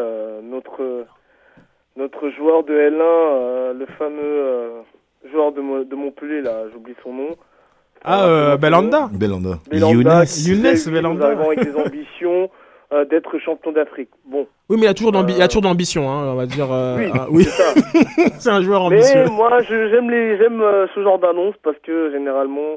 notre joueur de L1, le fameux joueur de Montpellier, là, j'oublie son nom. Belhanda. Younes Belhanda. Avec des ambitions d'être champion d'Afrique. Bon. Oui, mais il y a toujours de l'ambition, on va dire. Oui, c'est ça. C'est un joueur ambitieux. Mais moi, j'aime ce genre d'annonce parce que généralement,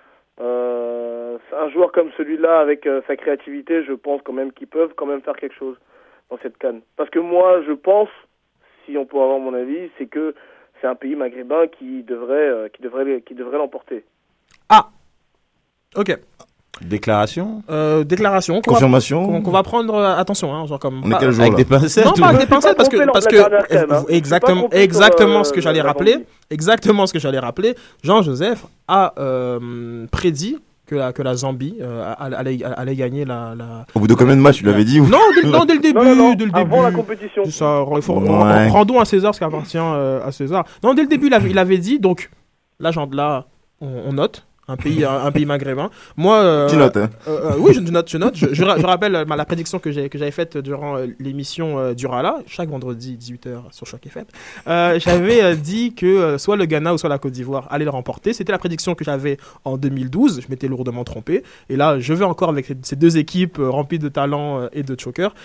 un joueur comme celui-là, avec sa créativité, je pense quand même qu'ils peuvent quand même faire quelque chose dans cette CAN. Parce que moi, je pense, si on peut avoir mon avis, c'est que c'est un pays maghrébin qui devrait l'emporter. Ah, ok. Déclaration. Confirmation. Qu'on va prendre attention, genre comme. On est quel jour, avec des pincettes. Non, pas avec des pincettes parce que exactement ce que j'allais rappeler. Exactement ce que j'allais rappeler. Jean-Joseph a prédit que la Zambie allait gagner la. Au bout de combien de matchs tu l'avais dit ou... Non, dès le début. Avant la compétition. Ça, rendons à César ce qui appartient à César. Non, dès le début, il avait dit. Donc là, on note. Un pays maghrébin. Moi, tu notes, hein? Oui, je note. Je rappelle la prédiction que j'avais faite durant l'émission Durala, chaque vendredi 18h sur Choc FM. J'avais dit que soit le Ghana ou soit la Côte d'Ivoire allaient le remporter. C'était la prédiction que j'avais en 2012. Je m'étais lourdement trompé. Et là, je vais encore avec ces deux équipes remplies de talent et de chokers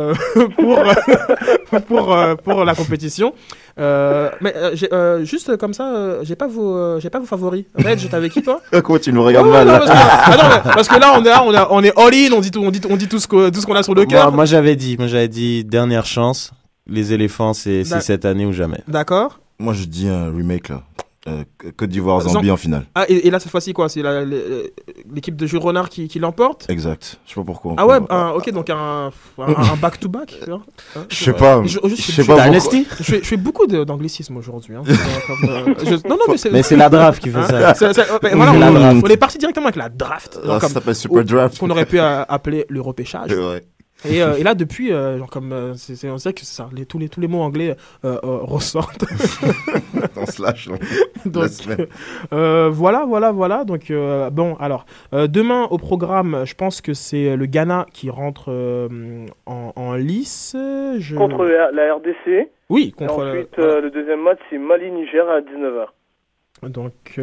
pour la compétition. Mais juste comme ça, j'ai pas vos favoris. Red, j'étais avec qui, toi? Comment tu nous regardes mal là? Parce que là on est all in, on dit tout ce qu'on a sur le cœur. Moi j'avais dit dernière chance, les éléphants c'est cette année ou jamais. D'accord. Moi je dis un remake là. Côte d'Ivoire Zambie en finale. Ah et là cette fois-ci quoi, c'est l'équipe de Jules Renard qui l'emporte? Exact. Je sais pas pourquoi. Ah ouais, OK, donc un back to back. Je sais pas. Je sais pas. Je fais beaucoup d'anglicisme aujourd'hui. Mais c'est la draft qui fait ça. Voilà, on est parti directement avec la draft. Ça s'appelle Super Draft. Qu'on aurait pu appeler le repêchage. Ouais. Et là depuis on sait que c'est ça, tous les mots anglais ressortent. On se lâche. Donc voilà. Donc bon alors demain au programme, je pense que c'est le Ghana qui rentre en lice. Contre la RDC. Oui, contre. Et ensuite le deuxième match c'est Mali-Niger à 19h. Donc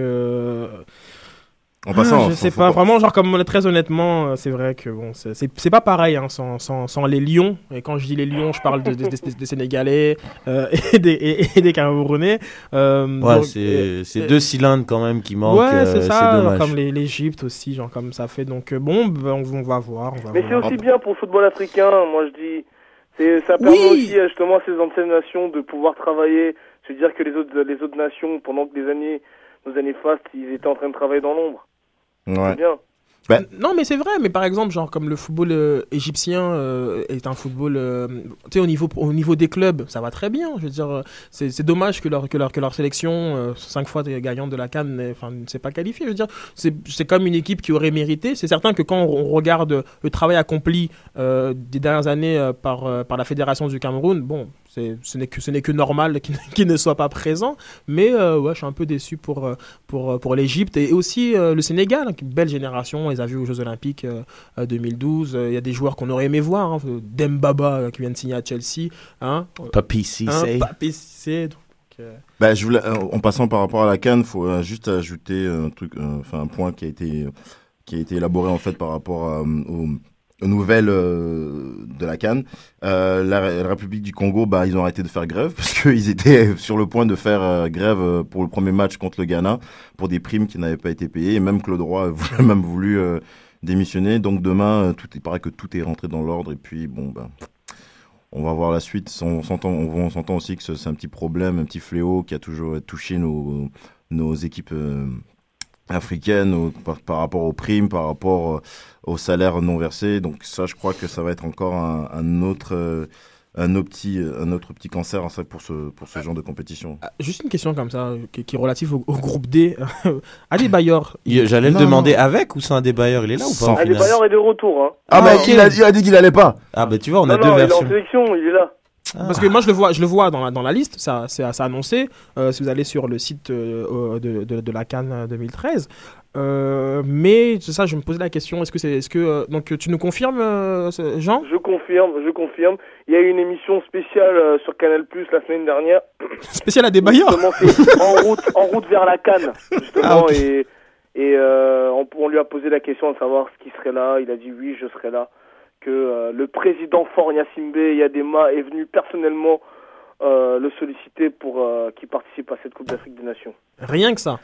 en passant, je sais pas, vraiment, genre comme très honnêtement, c'est vrai que bon, c'est pas pareil sans les Lions. Et quand je dis les Lions, je parle des Sénégalais et des Camerounais. Ouais, c'est deux cylindres quand même qui manquent. Ouais, c'est ça. C'est dommage. Comme l'Égypte aussi, genre comme ça fait. Donc bon, on va voir. Mais c'est aussi bien pour le football africain. Moi, je dis, ça permet aussi justement à ces anciennes nations de pouvoir travailler. Je veux dire que les autres nations, pendant que nos années fastes, ils étaient en train de travailler dans l'ombre. Ouais. C'est bien. Non, mais c'est vrai, mais par exemple, genre comme le football égyptien est un football, tu sais, au niveau des clubs, ça va très bien. Je veux dire, c'est dommage que leur sélection, 5 fois gagnante de la CAN, ne s'est pas qualifiée. Je veux dire, c'est comme une équipe qui aurait mérité. C'est certain que quand on regarde le travail accompli des dernières années par la Fédération du Cameroun, bon, ce n'est que normal qu'il ne soit pas présent. Mais ouais, je suis un peu déçu pour l'Égypte et aussi le Sénégal, une belle génération. On les a vus aux Jeux Olympiques 2012. Il y a des joueurs qu'on aurait aimé voir. Hein. Dembaba qui vient de signer à Chelsea. Hein. Papi Cissé. Papi Cissé. En passant par rapport à la CAN, il faut juste ajouter un point qui a été élaboré en fait par rapport aux nouvelles de la CAN. La République du Congo, ils ont arrêté de faire grève parce qu'ils étaient sur le point de faire grève pour le premier match contre le Ghana pour des primes qui n'avaient pas été payées. Et même Claude Roy a même voulu démissionner. Donc demain, il paraît que tout est rentré dans l'ordre. Et puis, on va voir la suite. On s'entend aussi que c'est un petit problème, un petit fléau qui a toujours touché nos équipes africaines par rapport aux primes, par rapport aux salaires non versés. Donc ça, je crois que ça va être encore un autre petit cancer pour ce genre de compétition. Juste une question comme ça, qui est relative au groupe D. Adebayor. J'allais le demander avec ou sans Adebayor, il est là ou pas? Adebayor est de retour. Hein. Okay. Il a dit qu'il allait pas. Tu vois, on a deux versions. Il est en sélection, il est là. Parce que moi je le vois dans la liste, ça annoncé. Si vous allez sur le site de la CAN 2013. Mais c'est ça, je me posais la question. Donc tu nous confirmes, Jean? Je confirme. Il y a eu une émission spéciale sur Canal+ la semaine dernière. Spéciale à Adebayor. en route vers la CAN justement. Okay. Et on lui a posé la question de savoir ce qui serait là. Il a dit oui, je serai là. Que le président Faure Gnassingbé Yadema est venu personnellement le solliciter pour qu'il participe à cette Coupe d'Afrique des Nations. Rien que ça.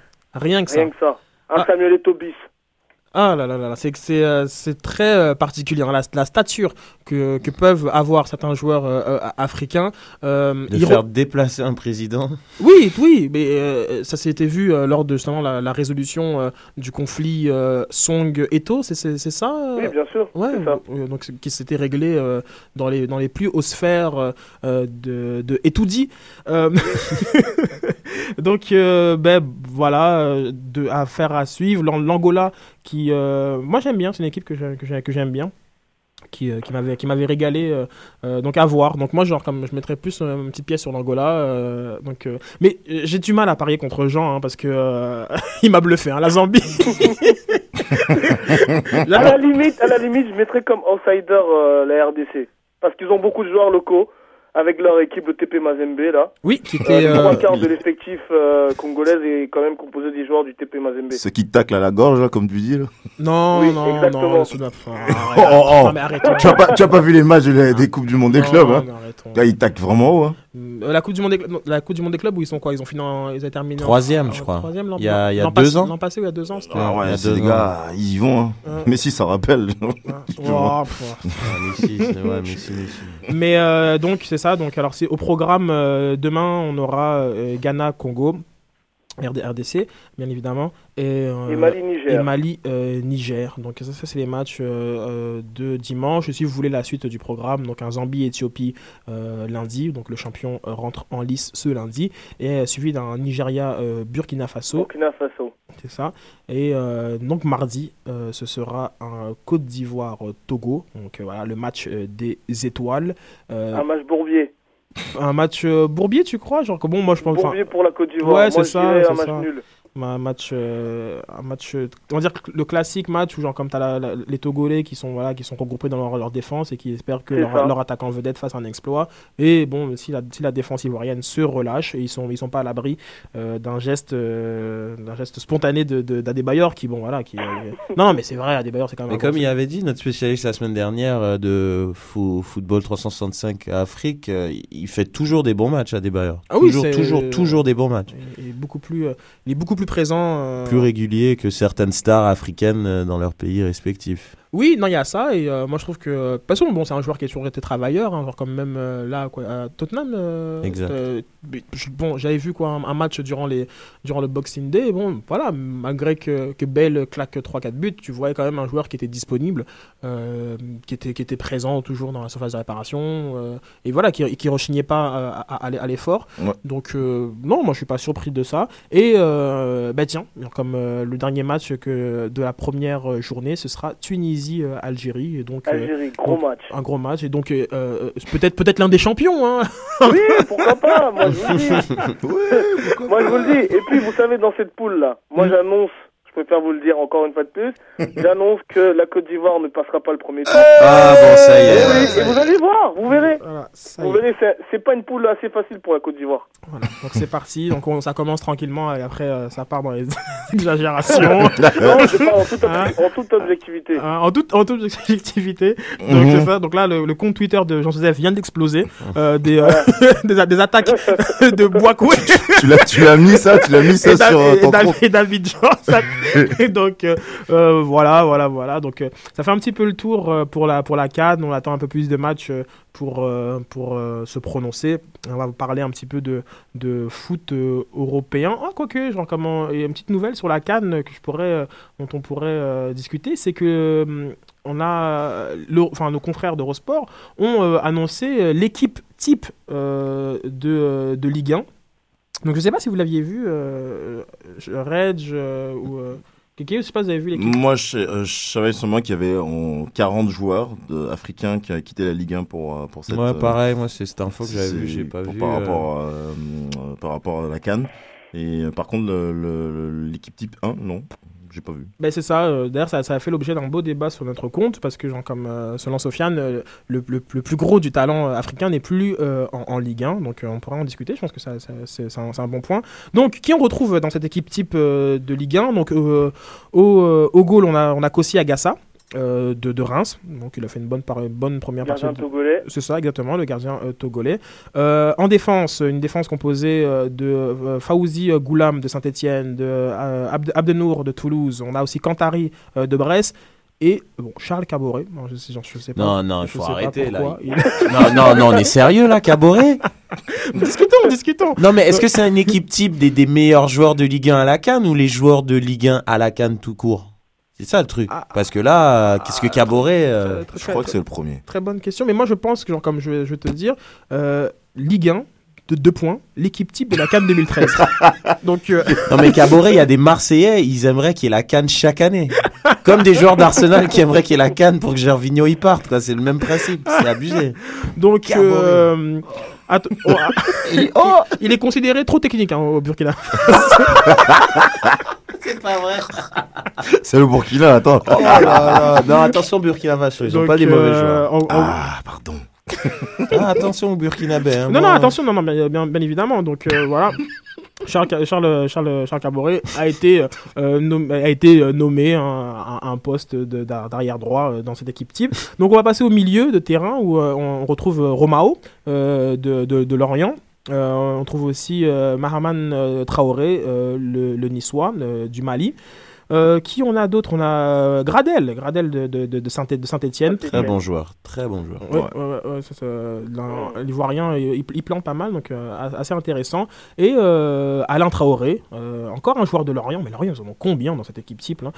Samuel Eto'o bis. Ah là là là, c'est très particulier. La stature que peuvent avoir certains joueurs africains. Faire déplacer un président. Oui, mais ça s'était vu lors de justement la résolution du conflit Song-Eto, c'est ça Oui, bien sûr. Ouais, c'est ça. Donc qui s'était réglé dans les plus hautes sphères de Etoudi. Donc voilà, affaire à suivre. L'Angola qui moi j'aime bien, c'est une équipe que j'aime bien, qui m'avait régalé, donc à voir. Donc moi comme je mettrais plus une petite pièce sur l'Angola, mais j'ai du mal à parier contre Jean parce que il m'a bluffé, la Zambie. à la limite je mettrais comme outsider la RDC parce qu'ils ont beaucoup de joueurs locaux avec leur équipe de TP Mazembe là. Oui, qui était 3/4 de l'effectif congolais est quand même composé des joueurs du TP Mazembe. Ceux qui taclent à la gorge là, comme tu dis là. Non, mais arrêtons. Tu as pas vu les matchs des Coupes du Monde des clubs là, ils taclent vraiment haut. La Coupe du Monde des clubs où ils sont quoi? Ils ont terminé troisième, je crois. Il y a 2 ans. L'an passé ou il y a 2 ans? C'est des gars, ils y vont. Messi, ça rappelle. Messi. Mais donc c'est ça. Donc alors c'est au programme demain, on aura Ghana-Congo. RDC, bien évidemment, et Mali-Niger. Donc ça c'est les matchs de dimanche. Et si vous voulez la suite du programme, donc un Zambie-Éthiopie lundi, donc le champion rentre en lice ce lundi, et suivi d'un Nigeria-Burkina Faso. C'est ça. Et donc mardi, ce sera un Côte d'Ivoire-Togo. Donc voilà, le match des étoiles. Un match Bourbier. Un match Bourbier, tu crois? Moi je pense. Bourbier pour la Côte d'Ivoire. Ouais, c'est ça. Un match nul. Un match, on va dire le classique match où comme t'as les Togolais qui sont regroupés dans leur défense et qui espèrent que leur attaquant vedette fasse un exploit. Et bon, si la défense ivoirienne se relâche, et ils sont pas à l'abri d'un geste spontané d'Adebayor qui non mais c'est vrai, Adebayor c'est quand même. Mais comme il avait dit notre spécialiste la semaine dernière de Football 365 à Afrique, il fait toujours des bons matchs Adebayor. Ah oui, toujours des bons matchs. Il est beaucoup plus présent. Plus régulier que certaines stars africaines dans leur pays respectifs. Oui, non, il y a ça, et moi je trouve que. De toute façon, c'est un joueur qui a toujours été travailleur, genre comme même là, à Tottenham. Exact. J'avais vu un match durant le Boxing Day, voilà, malgré que Bale claque 3-4 buts, tu voyais quand même un joueur qui était disponible, qui était présent toujours dans la surface de réparation, et voilà, qui rechignait pas à l'effort. Ouais. Donc, non, moi je suis pas surpris de ça. Et, tiens, comme le dernier match de la première journée, ce sera Tunisie Tunisie, Algérie. Et donc, Algérie, gros match. Un gros match. Et donc, peut-être l'un des champions. Hein. Oui, pourquoi pas. Moi, je vous le dis. Moi, je vous le dis. Et puis, vous savez, dans cette poule-là, moi, j'annonce, je préfère vous le dire encore une fois de plus, j'annonce que la Côte d'Ivoire ne passera pas le premier tour. Ah bon, ça y est. Oui, et vous allez voir, vous verrez. Voilà, vous verrez, c'est pas une poule assez facile pour la Côte d'Ivoire. Voilà, donc c'est parti. Donc ça commence tranquillement et après ça part dans les exagérations. Non, c'est pas en toute objectivité. En toute objectivité. Donc c'est ça. Donc là, le compte Twitter de Jean-Joseph vient d'exploser. Des attaques de Boakoué. Tu l'as mis ça sur ton compte. Et David Jean. Et donc voilà. Donc ça fait un petit peu le tour pour la CAN. On attend un peu plus de matchs pour se prononcer. On va vous parler un petit peu de foot européen. Quoique, genre il y a une petite nouvelle sur la CAN dont on pourrait discuter, c'est que nos confrères d'Eurosport ont annoncé l'équipe type de Ligue 1. Donc je ne sais pas si vous l'aviez vu, Reg ou Kéké, je ne sais pas si vous avez vu l'équipe. Moi, je savais seulement qu'il y avait 40 joueurs africains qui avaient quitté la Ligue 1 pour cette... Ouais, pareil, moi c'est cette info que j'avais vue, j'ai pas vu. Par rapport à la CAN. Et par contre, l'équipe type 1, non. J'ai pas vu. Ben c'est ça. D'ailleurs, ça a fait l'objet d'un beau débat sur notre compte parce que, selon Sofiane, le plus gros du talent africain n'est plus en Ligue 1. Donc, on pourra en discuter. Je pense que c'est un bon point. Donc, qui on retrouve dans cette équipe type de Ligue 1 ? Donc, au goal, on a Kossi Agassa. De Reims, donc il a fait une bonne première partie. Gardien togolais. C'est ça, exactement, le gardien togolais. En défense, une défense composée de Fawzi Goulam de Saint-Etienne, de Abdenour de Toulouse. On a aussi Kantari de Brest. Et Charles Caboret, je sais pas. Non, il faut arrêter là. Non, on est sérieux là, Caboret. Discutons. Non, mais est-ce que c'est une équipe type des meilleurs joueurs de Ligue 1 à la CAN ou les joueurs de Ligue 1 à la CAN tout court ? C'est ça le truc. Parce que là, qu'est-ce que Caboret je crois que c'est le premier. Très bonne question. Mais moi, je pense que, comme je vais te dire, Ligue 1, de 2 points, l'équipe type de la CAN 2013. Donc, non, mais Caboret, il y a des Marseillais, ils aimeraient qu'il y ait la CAN chaque année. Comme des joueurs d'Arsenal qui aimeraient qu'il y ait la CAN pour que Gervinho y parte. Quoi. C'est le même principe. C'est abusé. Donc, il est considéré trop technique au Burkina. C'est pas vrai. C'est le Burkina, attends. Oh là là. Non, attention Burkina Faso, ils n'ont pas des mauvais joueurs. Pardon. Attention au Burkinabé. Hein, non, attention, bien évidemment. Donc voilà. Charles Caboret a été nommé à un poste d'arrière droit dans cette équipe type. Donc on va passer au milieu de terrain où on retrouve Romao de Lorient. On trouve aussi Mahaman Traoré, le Niçois du Mali. Qui on a d'autres ? On a Gradel de Saint-Etienne. Très bon joueur. Ouais, l'Ivoirien, il plante pas mal, donc assez intéressant. Et Alain Traoré, encore un joueur de Lorient, mais Lorient, ils en ont combien dans cette équipe type là ?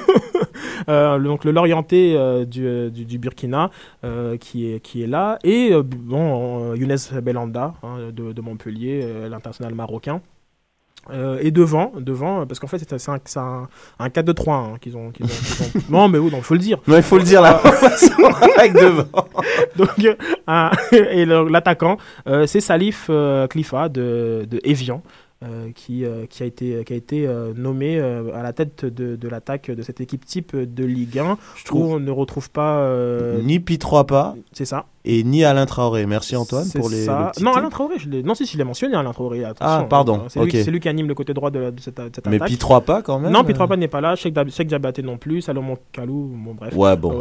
Donc le Lorientais du Burkina qui est là. Et Younes Belhanda de Montpellier, l'international marocain. Et devant, parce qu'en fait c'est un 4-2-3 qu'ils ont. Non, mais oui, faut le dire. Non, il faut le dire là. Avec devant. Donc, et l'attaquant, c'est Salif Khalifa de Evian. Qui a été nommé à la tête de l'attaque de cette équipe type de Ligue 1. Où on ne retrouve pas ni Pitroapa, c'est ça, et ni Alain Traoré. Merci Antoine pour les non, Alain Traoré, je l'ai mentionné, Alain Traoré. Attention, pardon. C'est lui qui anime le côté droit de cette attaque. Mais Pitroapa quand même. Non, Pitroapa n'est pas là. Cheikh Diabaté non plus. Salomon Kalou, bref. Ouais, bon.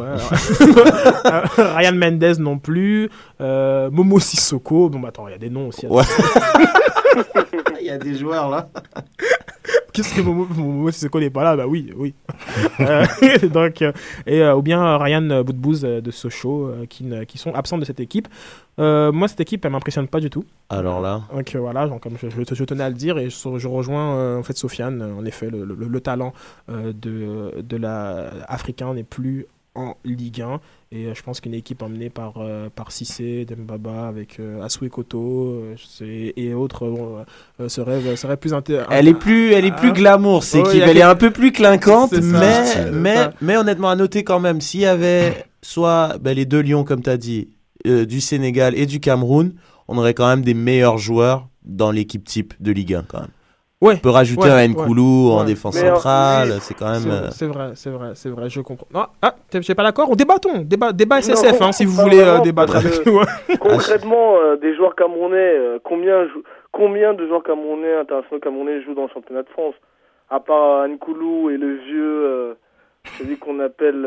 Ryan Mendes non plus. Momo Sissoko. Attends, il y a des noms aussi. Ouais. Il y a des joueurs là. Qu'est-ce que Momo Sissoko n'est pas là ? Bah oui. Donc, ou bien Ryan Boudbouz de Sochaux qui sont absents de cette équipe. Moi, cette équipe, elle m'impressionne pas du tout. Alors là. Donc voilà, comme je tenais à le dire, et je rejoins en fait Sofiane. En effet, le talent de la africain n'est plus en Ligue 1. Et je pense qu'une équipe emmenée par Cissé, Dembaba, avec Assou Koto et autres serait plus intéressante. Elle est plus glamour, cette équipe. Elle est un peu plus clinquante, mais honnêtement, à noter quand même, s'il y avait soit les deux lions, comme tu as dit, du Sénégal et du Cameroun, on aurait quand même des meilleurs joueurs dans l'équipe type de Ligue 1 quand même. Ouais, on peut rajouter un Nkoulou en défense centrale, c'est quand même... C'est vrai, je comprends. Non, je suis pas d'accord, débattons, débat SSF, si vous voulez débattre avec nous. Concrètement, des joueurs camerounais, combien de joueurs camerounais, internationaux camerounais jouent dans le championnat de France? À part Nkoulou et le vieux, celui qu'on appelle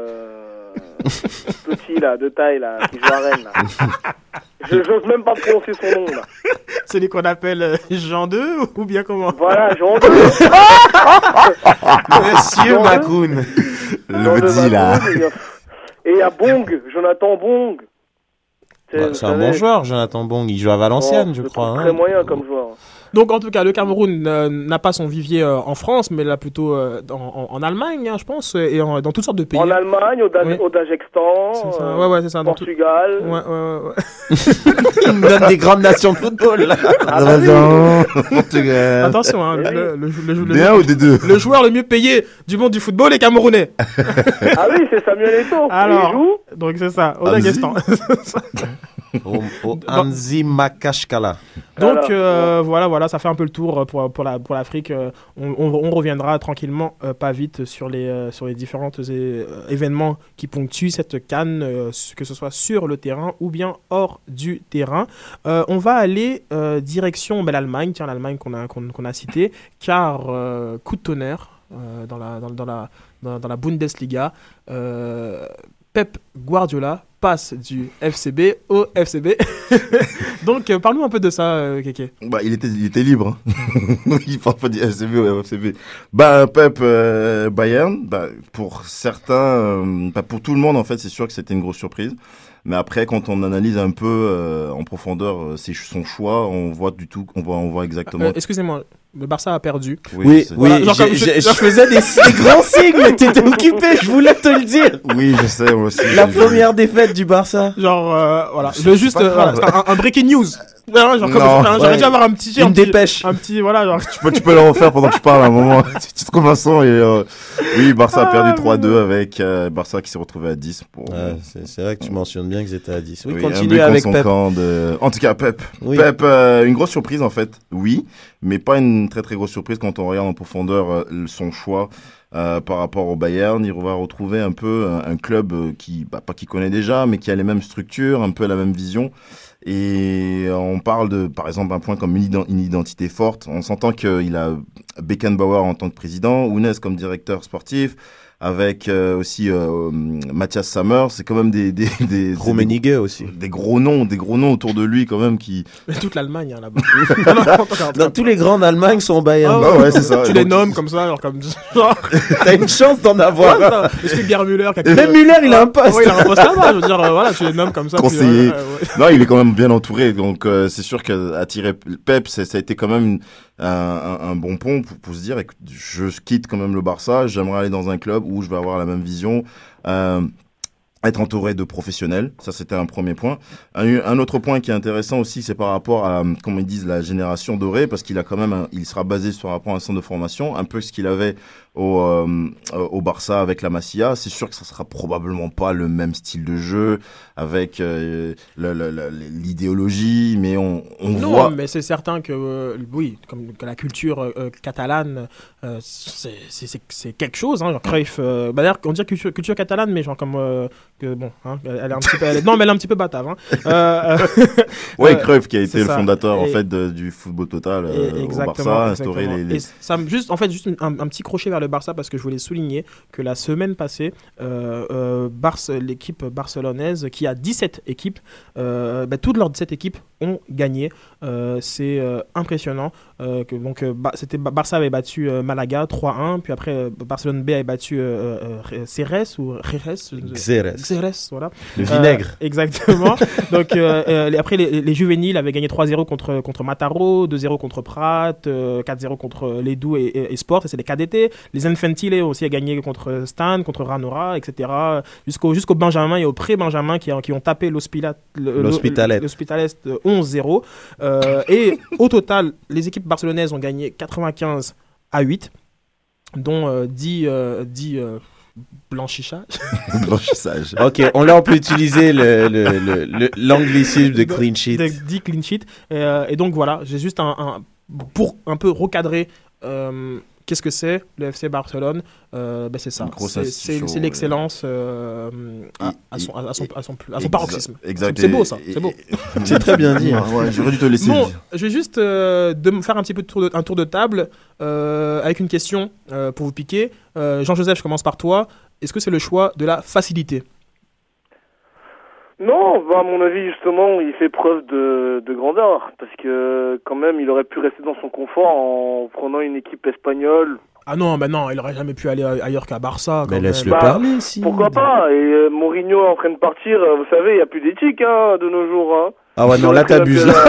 petit, là, de taille, là, qui joue à Rennes, là. J'ose même pas prononcer son nom, là. Celui qu'on appelle Jean 2 ou bien comment? Voilà, Jean 2. Monsieur Macroun. Le petit, là. Et il y a Bong, Jonathan Bong. C'est un bon joueur, Jonathan Bong. Il joue à Valenciennes, je crois. Très moyen comme joueur. Donc, en tout cas, le Cameroun n'a pas son vivier en France, mais là plutôt en Allemagne, je pense, et dans toutes sortes de pays. En Allemagne, au Dagekhstan, c'est ça, Portugal. Il me donne des grandes nations de football, là. Portugal. Attention, le joueur le mieux payé du monde du football est camerounais. Ah oui, c'est Samuel Eto'o. Alors, il joue donc c'est ça, au Dagekhstan. Au Anzi Makashkala. Donc voilà, ça fait un peu le tour pour l'Afrique. On reviendra tranquillement, pas vite, sur les différents événements qui ponctuent cette CAN, que ce soit sur le terrain ou bien hors du terrain. On va aller direction l'Allemagne, l'Allemagne qu'on a citée, car coup de tonnerre dans la Bundesliga. Pep Guardiola passe du FCB au FCB. Donc, parle-nous un peu de ça, Kéké. Il était libre. Il parle pas du FCB au FCB. Pep Bayern, pour certains, pour tout le monde, en fait, c'est sûr que c'était une grosse surprise. Mais après, quand on analyse un peu en profondeur son choix, on voit exactement. Excusez-moi, le Barça a perdu. Oui, je faisais des grands signes, mais t'étais occupé, je voulais te le dire. Oui, je sais, moi aussi. La première défaite du Barça. Voilà. Juste, un breaking news. J'aurais dû avoir une dépêche. Un petit, voilà, genre. Tu peux le refaire pendant que je parle à un moment. Tu trouves un son et oui, Barça a perdu 3-2 avec Barça qui s'est retrouvé à 10. C'est vrai que tu mentionnes bien qu'ils étaient à 10. Oui, continue avec Pep. En tout cas, Pep. Oui. Pep, une grosse surprise en fait, oui, mais pas une très très grosse surprise quand on regarde en profondeur son choix. Par rapport au Bayern, il va retrouver un peu un club pas qu'il connaît déjà, mais qui a les mêmes structures, un peu la même vision. Et on parle de, par exemple, un point comme une identité forte. On s'entend qu'il a Beckenbauer en tant que président, Ounes comme directeur sportif, avec aussi Matthias Sammer. C'est quand même des Rummenigge aussi. Des gros noms autour de lui quand même qui. Mais toute l'Allemagne là-bas. Tous les grands d'Allemagne sont au Bayern. Ouais, c'est ça. Tu les nommes comme ça, genre. T'as une chance d'en avoir. Est-ce que Gerd Müller, même Müller, il a un poste. Oui, il a un poste là-bas. Je veux dire, voilà, tu les nommes comme ça. Conseiller. Non, il est quand même bien entouré. Donc c'est sûr qu'attirer Pep, ça a été quand même un bon pont pour se dire, écoute, je quitte quand même le Barça, j'aimerais aller dans un club où je vais avoir la même vision, être entouré de professionnels. Ça, c'était un premier point. Un autre point qui est intéressant aussi, c'est par rapport à, comment ils disent, la génération dorée, parce qu'il a quand même, il sera basé sur un centre de formation, un peu ce qu'il avait au Barça avec la Masia. C'est sûr que ça sera probablement pas le même style de jeu avec l'idéologie, mais on voit. Non, mais c'est certain que oui, comme que la culture catalane, c'est quelque chose. Genre Cruyff, d'ailleurs, on dit culture catalane, mais genre comme que bon, elle est un petit peu, non, mais elle est un petit peu batave. Ouais, Cruyff qui a été le fondateur en fait du football total au Barça, instauré les. Et ça, juste un petit crochet vers le Barça parce que je voulais souligner que la semaine passée, l'équipe barcelonaise qui a 17 équipes, toutes leurs 17 équipes ont gagné. C'est impressionnant. C'était Barça avait battu Malaga 3-1, puis après Barcelone B avait battu Xerez, voilà. Le vinaigre. Exactement. Donc après les juvéniles avaient gagné 3-0 contre Mataro, 2-0 contre Prat, 4-0 contre Ledoux et Sport, ça c'est les KDT. Les Infantile aussi a gagné contre Stan, contre Ranora, etc. Jusqu'au Benjamin et au pré-Benjamin qui ont tapé l'Hospitalet 11-0. Et au total, les équipes barcelonaises ont gagné 95-8, dont 10 blanchissage. Blanchissage. Ok, on peut utiliser l'anglicisme de clean sheet. 10 clean sheet. Et donc voilà, j'ai juste pour un peu recadrer qu'est-ce que c'est le FC Barcelone. C'est ça. C'est l'excellence à son paroxysme. Exact. C'est beau ça. C'est beau. C'est très bien dit. Ouais, j'aurais dû te laisser. Bon, je vais juste faire un petit peu un tour de table avec une question pour vous piquer. Jean-Joseph, je commence par toi. Est-ce que c'est le choix de la facilité ? Non, à mon avis, justement, il fait preuve de grandeur. Parce que, quand même, il aurait pu rester dans son confort en prenant une équipe espagnole. Ah non, il aurait jamais pu aller ailleurs qu'à Barça. Mais laisse-le parler, si. Pourquoi pas ? Et Mourinho est en train de partir, vous savez, il n'y a plus d'éthique de nos jours. Ah ouais, non, là t'abuses. Non,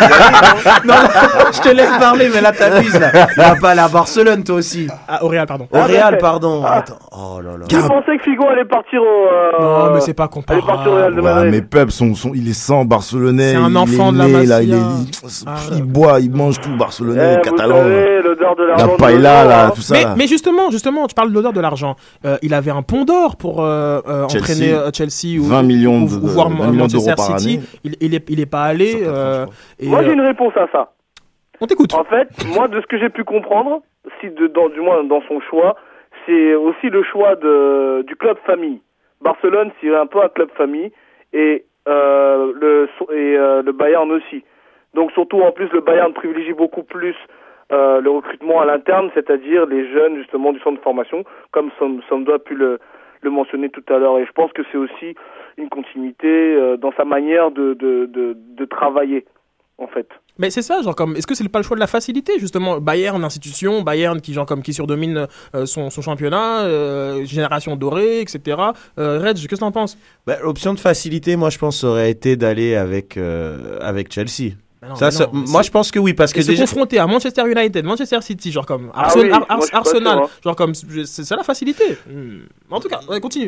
je te laisse parler, mais là t'abuses. Là, pas à Barcelone, toi aussi. Au Real, pardon. Attends. Oh là là. Qui pensait que Figo allait partir au... Non, mais c'est pas comparable. Allait partir au Real de Madrid. Mais Pep, il est 100 barcelonais. C'est un enfant de la Masia. Il boit, il mange tout barcelonais, catalan. Vous savez, l'odeur de l'argent. La paella, là, tout ça. Mais justement, tu parles de l'odeur de l'argent. Il avait un pont d'or pour entraîner Chelsea ou 20 millions voire Manchester City. Il est pas allé. Moi, j'ai une réponse à ça. On t'écoute. En fait, moi, de ce que j'ai pu comprendre, du moins dans son choix, c'est aussi le choix du club famille. Barcelone, c'est un peu un club famille, et le Bayern aussi. Donc surtout, en plus, le Bayern privilégie beaucoup plus le recrutement à l'interne, c'est-à-dire les jeunes justement du centre de formation, comme Sando a pu le mentionner tout à l'heure. Et je pense que c'est aussi une continuité dans sa manière de travailler, en fait. Mais c'est ça, est-ce que c'est pas le choix de la facilité, justement? Bayern, institution, Bayern qui surdomine son championnat, génération dorée, etc. Reg, qu'est-ce que t'en penses? L'option de facilité, moi je pense, aurait été d'aller avec Chelsea. Moi je pense que oui, parce que se confronter à Manchester United, Manchester City, Arsenal, c'est la facilité. En tout cas, continue.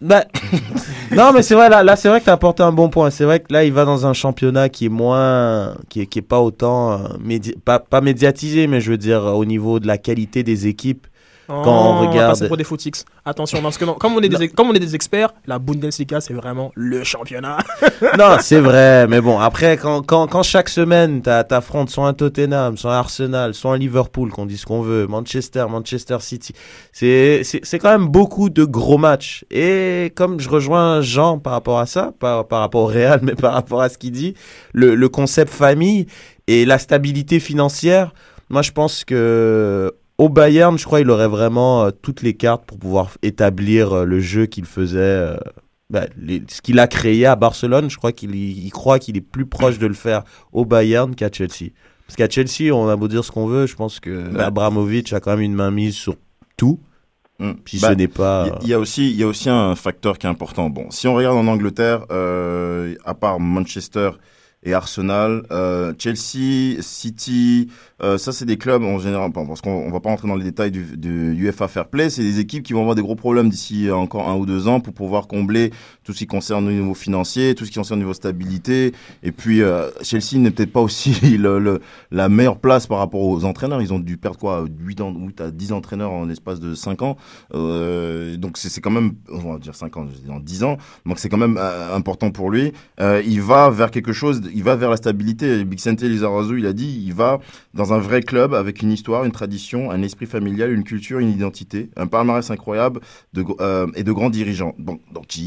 Non, mais c'est vrai, là c'est vrai que t'as apporté un bon point. C'est vrai que là il va dans un championnat qui est pas autant pas médiatisé, mais je veux dire au niveau de la qualité des équipes. Quand on regarde, c'est pour des footix. Attention, parce que comme on est des experts, la Bundesliga c'est vraiment le championnat. Non, c'est vrai, mais bon, après quand chaque semaine t'affrontes soit un Tottenham, soit un Arsenal, soit un Liverpool, qu'on dise ce qu'on veut, Manchester City, c'est quand même beaucoup de gros matchs. Et comme je rejoins Jean par rapport à ça, par rapport au Real, mais par rapport à ce qu'il dit, le concept famille et la stabilité financière, moi je pense que au Bayern, je crois qu'il aurait vraiment toutes les cartes pour pouvoir établir le jeu qu'il faisait, ce qu'il a créé à Barcelone. Je crois qu'il est plus proche de le faire au Bayern qu'à Chelsea. Parce qu'à Chelsea, on a beau dire ce qu'on veut, je pense que Abramovich a quand même une mainmise sur tout. Puis ce n'est pas... Il y a aussi un facteur qui est important. Bon, si on regarde en Angleterre, à part Manchester et Arsenal, Chelsea, City, ça c'est des clubs en général, parce qu'on va pas rentrer dans les détails du UEFA Fair Play, c'est des équipes qui vont avoir des gros problèmes d'ici encore 1 ou 2 ans pour pouvoir combler tout ce qui concerne au niveau financier, tout ce qui concerne au niveau stabilité. Et puis Chelsea n'est peut-être pas aussi la meilleure place par rapport aux entraîneurs. Ils ont dû perdre 8 à 10 entraîneurs en l'espace de 5 ans. Donc c'est quand même, on va dire 5 ans, je dis en 10 ans. Donc c'est quand même important pour lui. Il va vers quelque chose, il va vers la stabilité. Vicente Lizarazu, il a dit, il va dans un vrai club avec une histoire, une tradition, un esprit familial, une culture, une identité, un palmarès incroyable et de grands dirigeants. Donc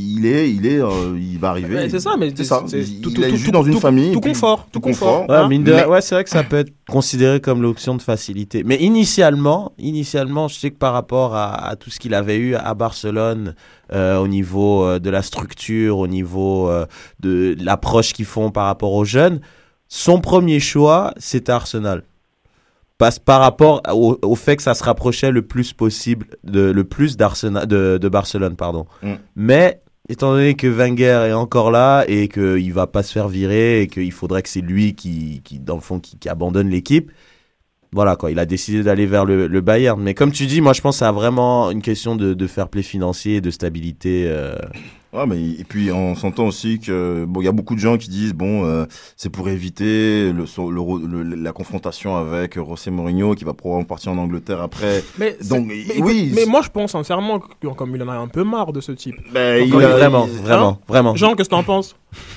il va arriver. Ouais, c'est ça, mais c'est ça. Il est juste dans une famille. Tout confort. Ouais, c'est vrai que ça peut être considéré comme l'option de facilité. Mais initialement, je sais que par rapport à tout ce qu'il avait eu à Barcelone, au niveau de la structure, au niveau de l'approche qu'ils font par rapport aux jeunes, son premier choix, c'était Arsenal. par rapport au fait que ça se rapprochait le plus possible de Barcelone, pardon. Mais étant donné que Wenger est encore là et qu'il va pas se faire virer et qu'il faudrait que c'est lui qui dans le fond qui abandonne l'équipe, voilà quoi, il a décidé d'aller vers le Bayern. Mais comme tu dis, moi je pense que c'est vraiment une question de fair play financier et de stabilité. Ouais, mais et puis on s'entend aussi que il y a beaucoup de gens qui disent c'est pour éviter la confrontation avec José Mourinho qui va probablement partir en Angleterre après. Mais moi je pense sincèrement que comme il en a un peu marre de ce type. Vraiment. Jean, qu'est-ce que t'en penses?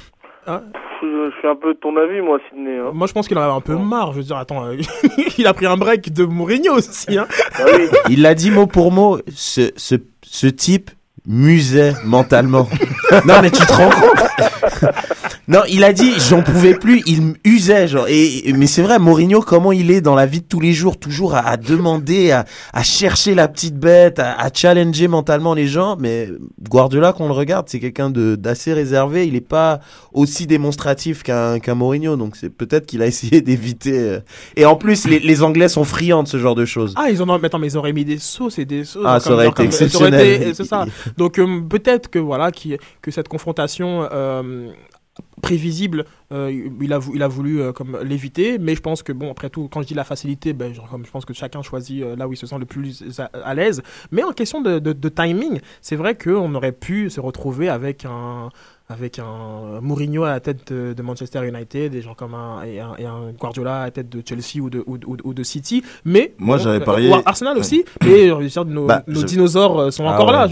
Je suis un peu de ton avis, moi, Sydney. Moi, je pense qu'il en a un peu marre. Je veux dire, attends, il a pris un break de Mourinho aussi. Hein. Oui. Il l'a dit mot pour mot. Ce type musait mentalement. Non, mais tu te rends compte? Non, il a dit, j'en pouvais plus, il usait, genre, mais c'est vrai, Mourinho, comment il est dans la vie de tous les jours, toujours à demander, à chercher la petite bête, à challenger mentalement les gens, mais Guardiola, qu'on le regarde, c'est quelqu'un d'assez réservé, il est pas aussi démonstratif qu'un Mourinho, donc c'est peut-être qu'il a essayé d'éviter, et en plus, les Anglais sont friands de ce genre de choses. Ah, mais ils auraient mis des sauces et des sauces. Ah, ça aurait été exceptionnel. C'est ça. Donc, peut-être que, voilà, que cette confrontation, prévisible, il a voulu comme l'éviter, mais je pense que après tout, quand je dis la facilité, je pense que chacun choisit là où il se sent le plus à l'aise. Mais en question de timing, c'est vrai qu'on aurait pu se retrouver avec un Mourinho à la tête de Manchester United, des gens comme un Guardiola à la tête de Chelsea ou de City, mais moi j'avais parié Arsenal aussi, et nos dinosaures sont encore là.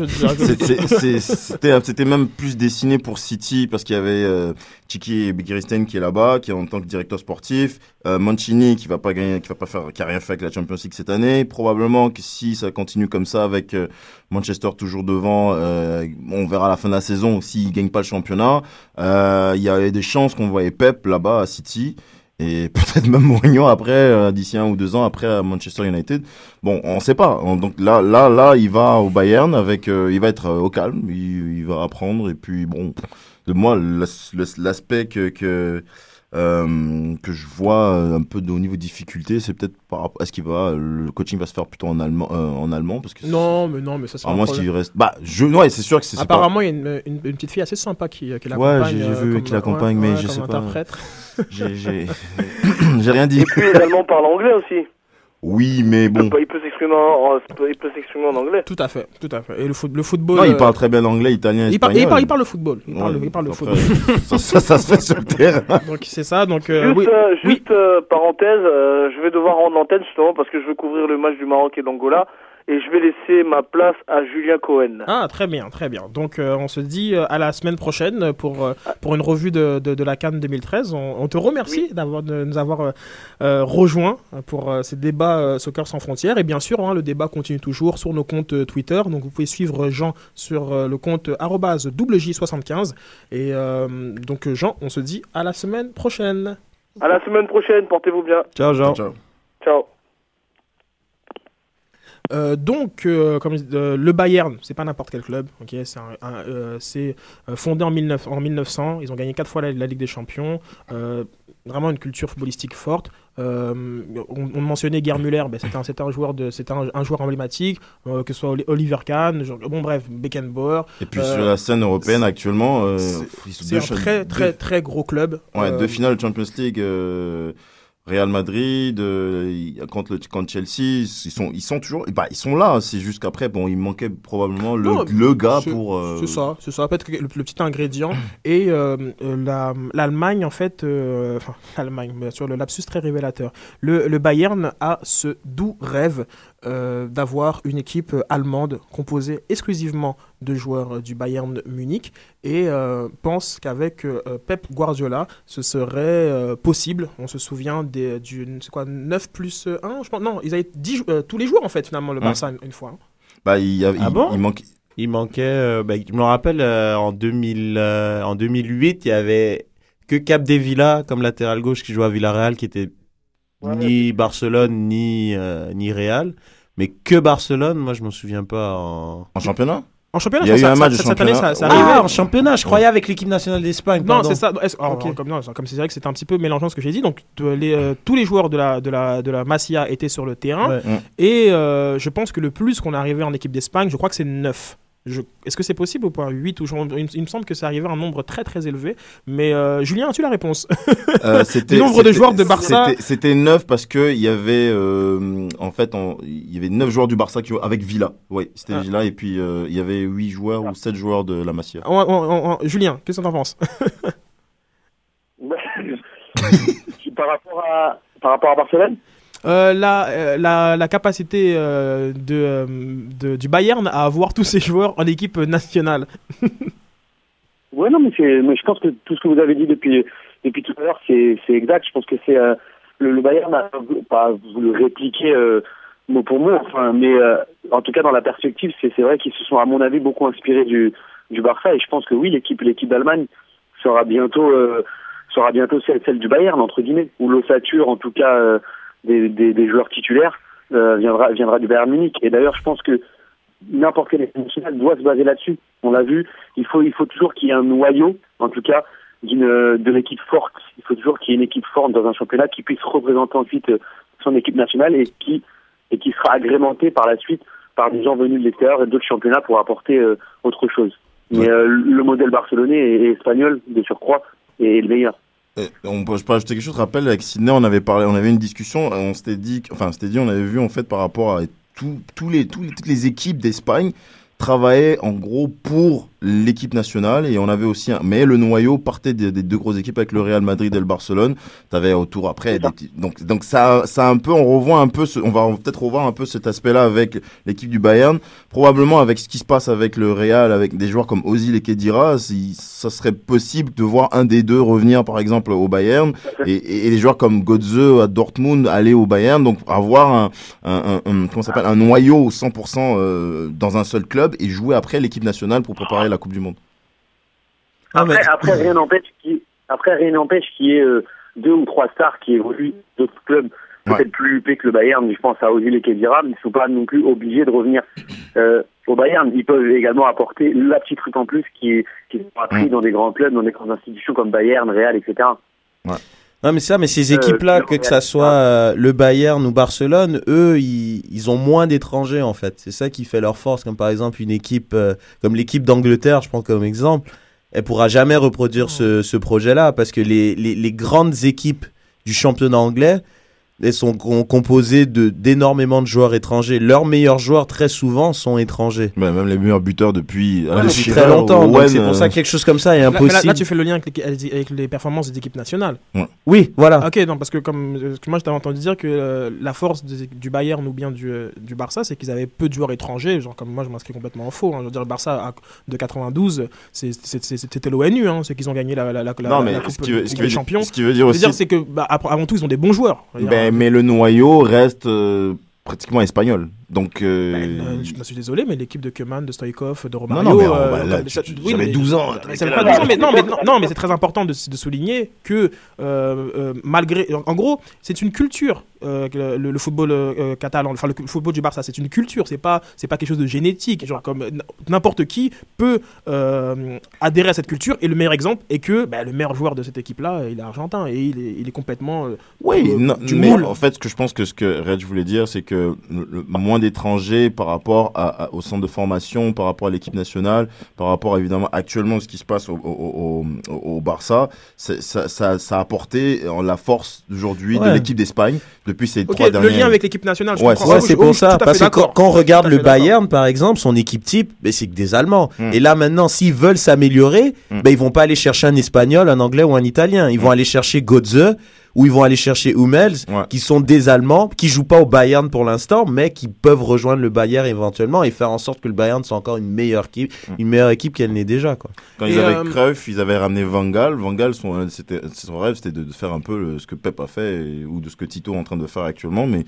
C'était même plus dessiné pour City parce qu'il y avait Txiki Begiristain qui est là-bas, qui est en tant que directeur sportif, Mancini qui a rien fait avec la Champions League cette année. Probablement que si ça continue comme ça avec Manchester toujours devant, on verra à la fin de la saison s'il gagne pas le championnat. Il y avait des chances qu'on voyait Pep là-bas à City et peut-être même Mourinho après d'ici 1 ou 2 ans après à Manchester United. Bon, on sait pas. Donc là, il va au Bayern avec, il va être au calme, il va apprendre et puis bon. De moi, l'aspect que je vois un peu au niveau de difficulté, c'est peut-être par rapport à ce le coaching va se faire plutôt en allemand parce que non mais ça c'est à un moins problème. qu'il reste c'est sûr que c'est apparemment il y a une petite fille assez sympa qui l'accompagne. Ouais, j'ai vu qu'il l'accompagne, mais je sais pas. J'ai rien dit. Et puis les Allemands parlent anglais aussi. Oui, mais bon. Il peut s'exprimer en anglais. Tout à fait. Et le football. Non, il parle très bien anglais, italien, espagnol. Il parle le football. Il parle le football. Ça se fait sur le terrain. Donc c'est ça. Donc parenthèse, je vais devoir rendre l'antenne justement parce que je veux couvrir le match du Maroc et de l'Angola. Et je vais laisser ma place à Julien Cohen. Ah, très bien. Donc, on se dit à la semaine prochaine pour une revue de la CAN 2013. On te remercie de nous avoir rejoints pour ces débats Soccer sans frontières. Et bien sûr, le débat continue toujours sur nos comptes Twitter. Donc, vous pouvez suivre Jean sur le compte @WJ75. Et donc, Jean, on se dit à la semaine prochaine. À la semaine prochaine. Portez-vous bien. Ciao, Jean. Ciao. Comme le Bayern, c'est pas n'importe quel club, ok, c'est fondé en 1900, ils ont gagné 4 fois la Ligue des Champions, vraiment une culture footballistique forte. On mentionnait Gerd Müller, c'était un joueur emblématique, que ce soit Oliver Kahn, Beckenbauer. Et puis sur la scène européenne actuellement, c'est un très gros club. Ouais, 2 finales Champions League. Real Madrid, quand Chelsea, ils sont toujours, ils sont là. C'est juste qu'après, il manquait probablement le gars pour. C'est ça. Peut-être le petit ingrédient. Et l'Allemagne, en fait, l'Allemagne, bien sûr, le lapsus très révélateur. Le Bayern a ce doux rêve d'avoir une équipe allemande composée exclusivement de joueurs du Bayern Munich et pense qu'avec Pep Guardiola ce serait possible. On se souvient du 9 plus 1 je pense. Non, ils avaient 10 tous les joueurs en fait finalement le Barça une fois. Il manquait je me rappelle en 2008 il y avait que Capdevila comme latéral gauche qui jouait à Villarreal qui était ni Barcelone ni Real, mais que Barcelone, moi je m'en souviens pas en championnat. En championnat, il y a eu un match de cette année, ça arrivait. arrivait. En championnat, je croyais avec l'équipe nationale d'Espagne. Non, c'est ça. Comme c'est vrai que c'était un petit peu mélangeant ce que j'ai dit. Donc, tous les joueurs de la Masia étaient sur le terrain. Ouais. Et je pense que le plus qu'on est arrivé en équipe d'Espagne, je crois que c'est 9. Est-ce que c'est possible ou pas 8 ou il me semble que c'est arrivé à un nombre très très élevé. Mais Julien, as-tu la réponse du nombre de joueurs de Barça? C'était 9 parce que il y avait il y avait 9 joueurs du Barça qui avec Villa. Oui, c'était Villa et puis il y avait 8 joueurs ou 7 joueurs de la Masia. Julien, qu'est-ce que t'en penses? Par rapport à Barcelone? La capacité du Bayern à avoir tous ses joueurs en équipe nationale. Ouais, non, mais je pense que tout ce que vous avez dit depuis tout à l'heure, c'est exact. Je pense que c'est le Bayern n'a pas voulu répliquer mot pour mot, mais en tout cas dans la perspective, c'est vrai qu'ils se sont, à mon avis, beaucoup inspirés du Barça. Et je pense que oui, l'équipe d'Allemagne sera bientôt celle du Bayern, entre guillemets, ou l'ossature, en tout cas. Des joueurs titulaires viendra du Bayern Munich. Et d'ailleurs, je pense que n'importe quelle équipe nationale doit se baser là-dessus. On l'a vu, il faut toujours qu'il y ait un noyau, en tout cas, de l'équipe forte. Il faut toujours qu'il y ait une équipe forte dans un championnat qui puisse représenter ensuite son équipe nationale et qui sera agrémentée par la suite par des gens venus de l'extérieur et d'autres championnats pour apporter autre chose. Mais le modèle barcelonais et espagnol, de surcroît, est le meilleur. Je peux ajouter quelque chose. Je te rappelle, avec Sydney, on avait une discussion, on s'était dit, on avait vu en fait par rapport à toutes les équipes d'Espagne travaillaient en gros pour l'équipe nationale et on avait aussi mais le noyau partait des deux grosses équipes avec le Real Madrid et le Barcelone. T'avais autour après donc ça un peu on va peut-être revoir un peu cet aspect-là avec l'équipe du Bayern, probablement avec ce qui se passe avec le Real, avec des joueurs comme Ozil et Khedira, ça serait possible de voir un des deux revenir par exemple au Bayern et les joueurs comme Götze à Dortmund aller au Bayern, donc avoir un noyau 100% dans un seul club et jouer après l'équipe nationale pour préparer la Coupe du Monde. Après rien n'empêche qu'il y ait 2 ou 3 stars qui évoluent d'autres clubs peut-être plus huppés que le Bayern. Je pense à Ozil et Khedira, mais ils ne sont pas non plus obligés de revenir au Bayern. Ils peuvent également apporter la petite truc en plus qui sera pris dans des grands clubs, dans des grandes institutions comme Bayern, Real, etc. Ouais. Non mais ces équipes-là, que ça soit le Bayern ou Barcelone, eux, ils ont moins d'étrangers en fait. C'est ça qui fait leur force. Comme par exemple une équipe comme l'équipe d'Angleterre, je prends comme exemple, elle pourra jamais reproduire ce projet-là parce que les grandes équipes du championnat anglais, elles sont composées d'énormément de joueurs étrangers. Leurs meilleurs joueurs, très souvent, sont étrangers. Même les meilleurs buteurs depuis très longtemps. Donc c'est pour ça que quelque chose comme ça est impossible. Là, tu fais le lien avec les performances des équipes nationales. Ouais. Oui, voilà. Ok, non, parce que moi, je t'avais entendu dire que la force du Bayern ou bien du Barça, c'est qu'ils avaient peu de joueurs étrangers. Genre, comme moi, je m'inscris complètement en faux. Je veux dire, le Barça de 92, c'était l'ONU. C'est qu'ils ont gagné la Coupe des Champions. Ce qui veut dire aussi, c'est que avant tout, ils ont des bons joueurs. Mais le noyau reste pratiquement espagnol. Donc, je suis désolé, mais l'équipe de Koeman, de Stoïkov, de Romario... j'avais 12 ans. Mais c'est très important de souligner que malgré... En gros, c'est une culture, le football catalan, enfin le football du Barça, c'est une culture, c'est pas quelque chose de génétique. Genre comme n'importe qui peut adhérer à cette culture, et le meilleur exemple est que le meilleur joueur de cette équipe-là, il est argentin, et il est complètement du moule. En fait, ce que Reg voulait dire, c'est que moins d'étrangers par rapport au centre de formation, par rapport à l'équipe nationale, par rapport évidemment actuellement ce qui se passe au Barça, ça a apporté la force d'aujourd'hui de l'équipe d'Espagne depuis ces 3 dernières. Le lien avec l'équipe nationale, je comprends. Ouais, c'est pour ça. Parce que quand on regarde le Bayern, par exemple, son équipe type, c'est que des Allemands. Et là maintenant, s'ils veulent s'améliorer, ils vont pas aller chercher un Espagnol, un Anglais ou un Italien. Ils vont aller chercher Götze, ou ils vont aller chercher Hummels, qui sont des Allemands, qui jouent pas au Bayern pour l'instant, mais qui peuvent rejoindre le Bayern éventuellement et faire en sorte que le Bayern soit encore une meilleure équipe qu'elle n'est déjà, quoi. Quand ils avaient Cruyff, ils avaient ramené Van Gaal. Van Gaal, son rêve, c'était de faire un peu ce que Pep a fait ou de ce que Tito est en train de faire actuellement, mais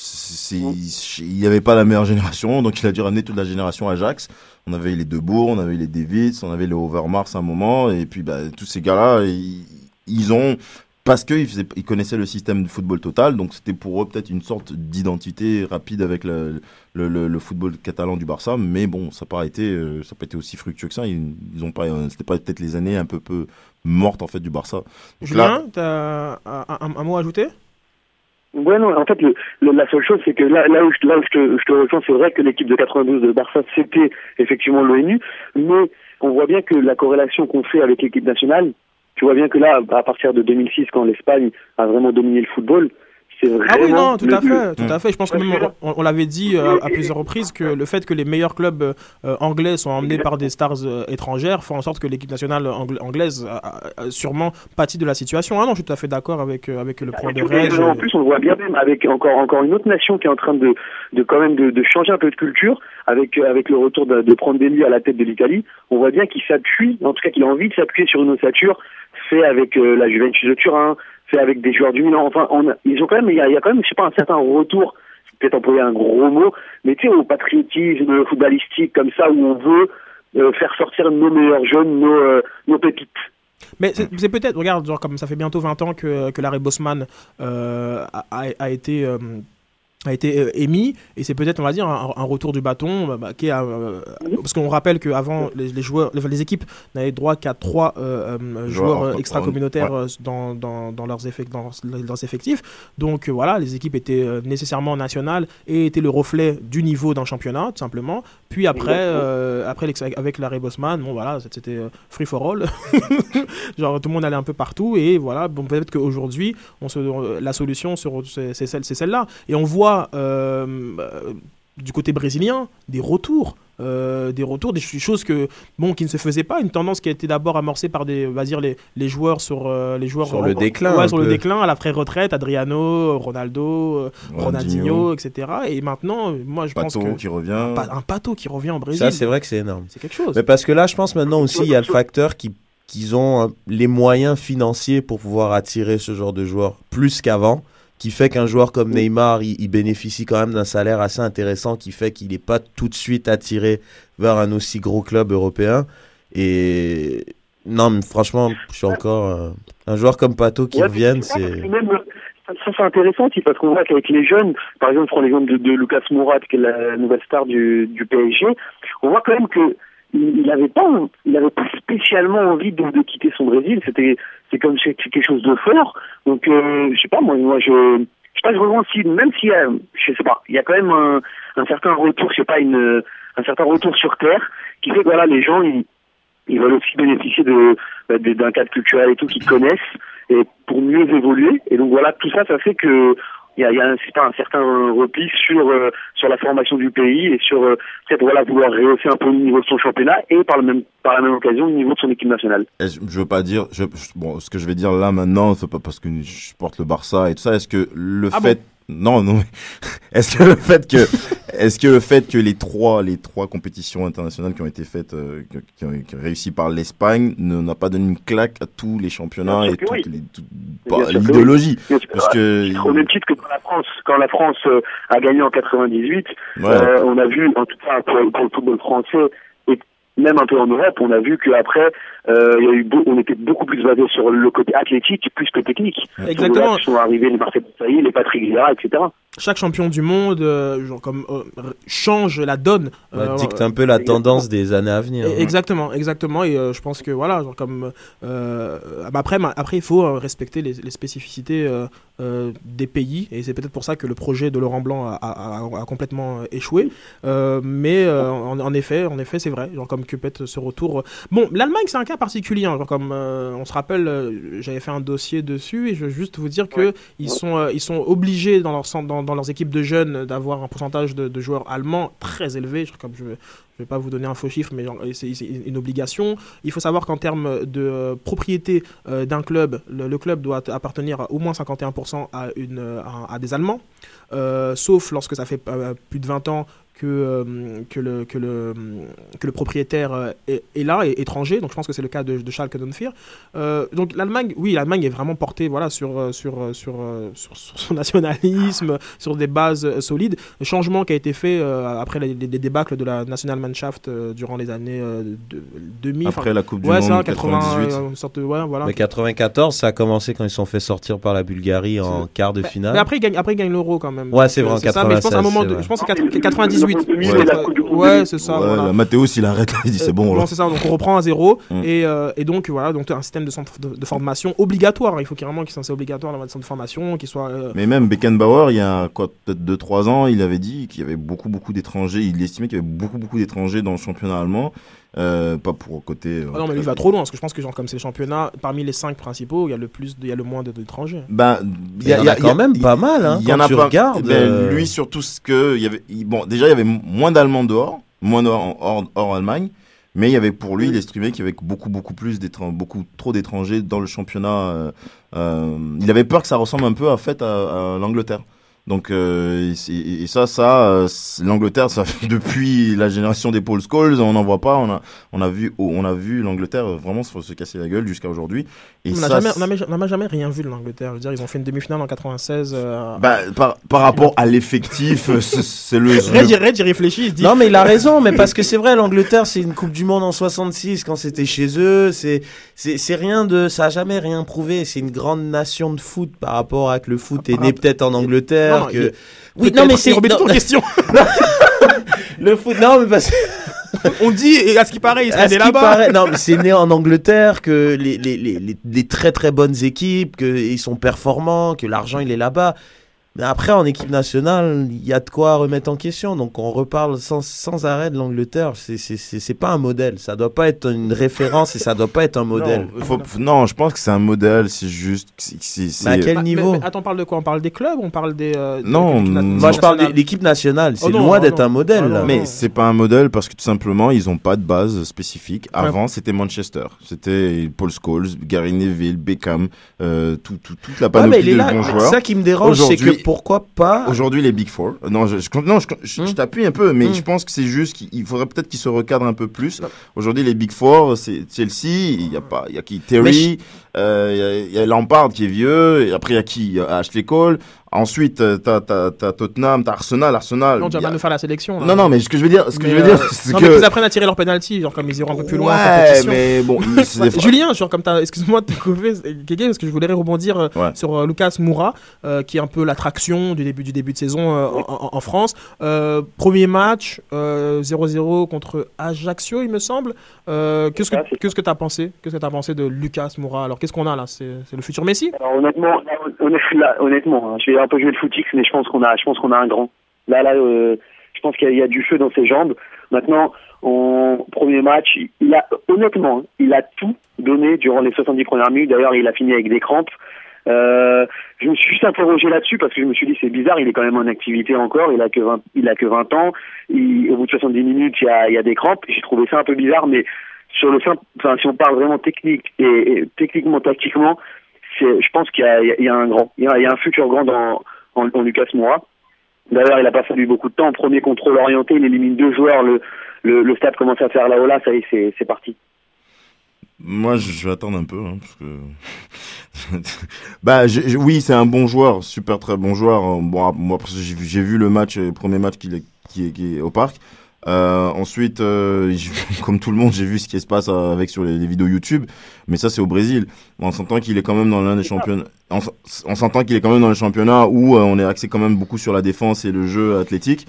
il n'y avait pas la meilleure génération, donc il a dû ramener toute la génération Ajax. On avait les De Boer, on avait les Davids, on avait les Overmars à un moment, et puis tous ces gars-là, ils ont parce qu'ils connaissaient le système du football total, donc c'était pour eux peut-être une sorte d'identité rapide avec le football catalan du Barça, mais bon, ça n'a pas été aussi fructueux que ça. Ils ont pas, c'était pas peut-être les années un peu mortes en fait du Barça. Donc Julien, t'as un mot à ajouter? Ouais, non, en fait, la seule chose, c'est que là où je te rejoins, c'est vrai que l'équipe de 92 de Barça, c'était effectivement l'ONU, mais on voit bien que la corrélation qu'on fait avec l'équipe nationale, tu vois bien que là, à partir de 2006, quand l'Espagne a vraiment dominé le football, c'est vraiment... Ah oui, non, tout à fait. Je pense que même, on l'avait dit à plusieurs reprises, que le fait que les meilleurs clubs anglais sont emmenés par des stars étrangères fait en sorte que l'équipe nationale anglaise a sûrement pâti de la situation. Ah non, je suis tout à fait d'accord avec le point de Reg. En plus, on voit bien même avec encore une autre nation qui est en train de quand même de changer un peu de culture, avec le retour de Prandelli à la tête de l'Italie. On voit bien qu'il s'appuie, en tout cas qu'il a envie de s'appuyer sur une ossature fait avec la Juventus de Turin, fait avec des joueurs du Milan. Enfin, ils ont quand même, il y a quand même, je sais pas, un certain retour, c'est peut-être employer un gros mot, mais tu sais, au patriotisme footballistique comme ça, où on veut faire sortir nos meilleurs jeunes, nos pépites. Mais c'est peut-être, regarde, genre comme ça fait bientôt 20 ans que l'arrêt Bosman a été émis, et c'est peut-être, on va dire, un retour du bâton qui est parce qu'on rappelle qu'avant les équipes n'avaient droit qu'à 3 joueurs extra-communautaires dans leurs effectifs, donc voilà, les équipes étaient nécessairement nationales et étaient le reflet du niveau d'un championnat, tout simplement. Puis après avec l'arrêt Bosman, bon voilà, c'était free for all. Genre tout le monde allait un peu partout, et voilà, bon, peut-être qu'aujourd'hui la solution c'est celle-là, et on voit du côté brésilien des retours, des choses qui ne se faisaient pas, une tendance qui a été d'abord amorcée par les joueurs sur le déclin, le déclin à la retraite, Adriano, Ronaldo, Ronaldinho, etc. Et maintenant, moi je pense que un Pato qui revient en Brésil, ça c'est vrai que c'est énorme, c'est quelque chose. Mais parce que là je pense maintenant aussi il y a le facteur qu'ils ont les moyens financiers pour pouvoir attirer ce genre de joueurs plus qu'avant, qui fait qu'un joueur comme Neymar, il bénéficie quand même d'un salaire assez intéressant, qui fait qu'il n'est pas tout de suite attiré vers un aussi gros club européen. Et non, mais franchement, je suis encore un joueur comme Pato qui revienne, c'est... Ça c'est intéressant aussi, parce qu'on voit qu'avec les jeunes, par exemple, je prends l'exemple de Lucas Moura, qui est la nouvelle star du PSG, on voit quand même que il avait pas spécialement envie de quitter son Brésil. C'est comme quelque chose de fort. Donc je sais pas, moi je sais pas, je rejoins aussi, même s'il y a, je sais pas, il y a quand même un certain retour, je sais pas, un certain retour sur terre qui fait que voilà, les gens ils veulent aussi bénéficier d'un cadre culturel et tout qu'ils connaissent, et pour mieux évoluer. Et donc voilà, tout ça fait que il y a un certain repli sur la formation du pays, et sur peut-être voilà, vouloir rehausser un peu le niveau de son championnat, et par la même occasion le niveau de son équipe nationale. Je veux pas dire, ce que je vais dire là maintenant, c'est pas parce que je porte le Barça et tout ça. Est-ce que le fait Non. Est-ce que le fait que les trois compétitions internationales qui ont été faites, qui ont réussi par l'Espagne, n'a pas donné une claque à tous les championnats et l'idéologie, parce que au même titre que quand la France a gagné en 98, on a vu, en tout cas pour le football français, et même un peu en Europe, on a vu qu'après, on était beaucoup plus basé sur le côté athlétique plus que technique. Exactement. Sont arrivés les Marcel Desailly, les Patrick Vieira, etc. Chaque champion du monde change la donne. Dicte un peu la tendance des années à venir. Exactement. Et je pense que voilà, après il faut respecter les spécificités des pays, et c'est peut-être pour ça que le projet de Laurent Blanc a complètement échoué. Mais en effet, c'est vrai. Genre comme Cupet, ce retour. Bon, l'Allemagne c'est un cas particulier. Genre comme on se rappelle, j'avais fait un dossier dessus, et je veux juste vous dire que ils sont obligés dans leurs équipes de jeunes d'avoir un pourcentage de joueurs allemands très élevé. Comme je vais pas vous donner un faux chiffre, mais c'est une obligation. Il faut savoir qu'en termes de propriété d'un club, le club doit appartenir à au moins 51% à des Allemands, sauf lorsque ça fait plus de 20 ans que le propriétaire est là, est étranger. Donc je pense que c'est le cas de Schalke 04. Donc l'Allemagne est vraiment portée sur son nationalisme, sur des bases solides. Le changement qui a été fait après les débâcles de la Nationalmannschaft durant les années 2000. Après la Coupe du Monde 98. Voilà. Mais 94, ça a commencé quand ils se sont fait sortir par la Bulgarie en quart de finale. Mais après, ils gagnent l'Euro quand même. Ouais, c'est vrai, en 96. Mais je pense à un moment, je pense en 98. Ouais, c'est ça. Ouais, voilà. Mathéos, il arrête, il dit c'est bon. Non, c'est ça. Donc on reprend à zéro. Et donc voilà, donc un système de formation obligatoire. Il faut carrément qu'il soit obligatoire dans le centre de formation, qu'il soit. Mais même Beckenbauer, il y a peut-être 2-3 ans, il avait dit qu'il y avait beaucoup d'étrangers. Il estimait qu'il y avait beaucoup d'étrangers dans le championnat allemand. Pas pour côté. Non, mais lui il va trop loin parce que je pense que comme c'est le championnat, parmi les 5 principaux, il y a le moins d'étrangers. Il y a quand même pas mal. Hein, il y en a pas. Regardes, lui surtout il y avait déjà il y avait moins d'Allemands dehors, hors Allemagne, mais il y avait pour lui il estimait qu'il y avait beaucoup plus beaucoup trop d'étrangers dans le championnat. Il avait peur que ça ressemble un peu à l'Angleterre. Donc l'Angleterre, ça depuis la génération des Paul Scholes, on n'en voit pas. On a vu l'Angleterre vraiment se casser la gueule jusqu'à aujourd'hui. Et on n'a jamais rien vu de l'Angleterre. Je veux dire, ils ont fait une demi-finale en 96. Par rapport à l'effectif, c'est le. Red, il réfléchit, il se dit. Non, mais il a raison, mais parce que c'est vrai, l'Angleterre, c'est une Coupe du Monde en 66 quand c'était chez eux. C'est rien ça a jamais rien prouvé. C'est une grande nation de foot par rapport à que le foot est né peut-être en Angleterre. Mais c'est ton question. Le foot, non, mais parce que. On dit, et à ce qui paraît, il serait né là-bas. Non, mais c'est né en Angleterre, que les très très bonnes équipes, qu'ils sont performants, que l'argent il est là-bas. Mais après, en équipe nationale, il y a de quoi remettre en question. Donc, on reparle sans arrêt de l'Angleterre. C'est pas un modèle. Ça doit pas être une référence et ça doit pas être un modèle. Non, je pense que c'est un modèle. C'est juste. Mais à quel niveau? Mais attends, on parle de quoi? On parle des clubs? On parle des. Non, moi je parle de l'équipe nationale. C'est loin d'être un modèle. Là. Mais c'est pas un modèle parce que tout simplement, ils ont pas de base spécifique. Avant, c'était Manchester. C'était Paul Scholes, Gary Neville, Beckham, toute la panoplie de bons joueurs. C'est ça qui me dérange, c'est que pourquoi pas aujourd'hui les Big Four. Non, je t'appuie un peu, mais je pense que c'est juste qu'il faudrait peut-être qu'ils se recadrent un peu plus. Aujourd'hui, les Big Four, c'est Chelsea, il y a qui Terry, il y a Lampard qui est vieux, et après il y a qui? Il y a Ashley Cole. Ensuite, t'as Tottenham, t'as Arsenal. Non, tu vas pas nous faire la sélection. Là. Non, mais ce que je veux dire, c'est que. Mais ils apprennent à tirer leur penalty, genre comme ils iront un peu plus loin en compétition. Mais bon. Julien, genre comme excuse-moi de te couper, parce que je voulais rebondir sur Lucas Moura, qui est un peu l'attraction du début de saison en France. Premier match, 0-0 contre Ajaccio, il me semble. Qu'est-ce que t'as pensé? Qu'est-ce que t'as pensé de Lucas Moura? Alors, qu'est-ce qu'on a là? C'est le futur Messi? Alors, honnêtement, je vais un peu jouer le footix, mais je pense qu'on a un grand. Là, je pense qu'il y a du feu dans ses jambes. Maintenant, en premier match, il a tout donné durant les 70 premières minutes. D'ailleurs, il a fini avec des crampes. Je me suis juste interrogé là-dessus parce que je me suis dit c'est bizarre, il est quand même en activité encore, il a que 20 ans. Au bout de 70 minutes, il y a des crampes. J'ai trouvé ça un peu bizarre, mais sur le si on parle vraiment technique et techniquement, tactiquement, je pense qu'il y a un grand, il y a un futur grand en Lucas Moura. D'ailleurs, il a pas fallu beaucoup de temps. Premier contrôle orienté, il élimine 2 joueurs. Le stade commence à faire la hola, ça y est, c'est parti. Moi, je vais attendre un peu, parce que oui, c'est un bon joueur, super très bon joueur. Bon, moi, j'ai vu le premier match qui est au parc. Ensuite, comme tout le monde, j'ai vu ce qui se passe sur les vidéos YouTube, mais ça c'est au Brésil. On s'entend qu'il est quand même dans l'un des championnats. On s'entend qu'il est quand même dans le championnat où on est axé quand même beaucoup sur la défense et le jeu athlétique.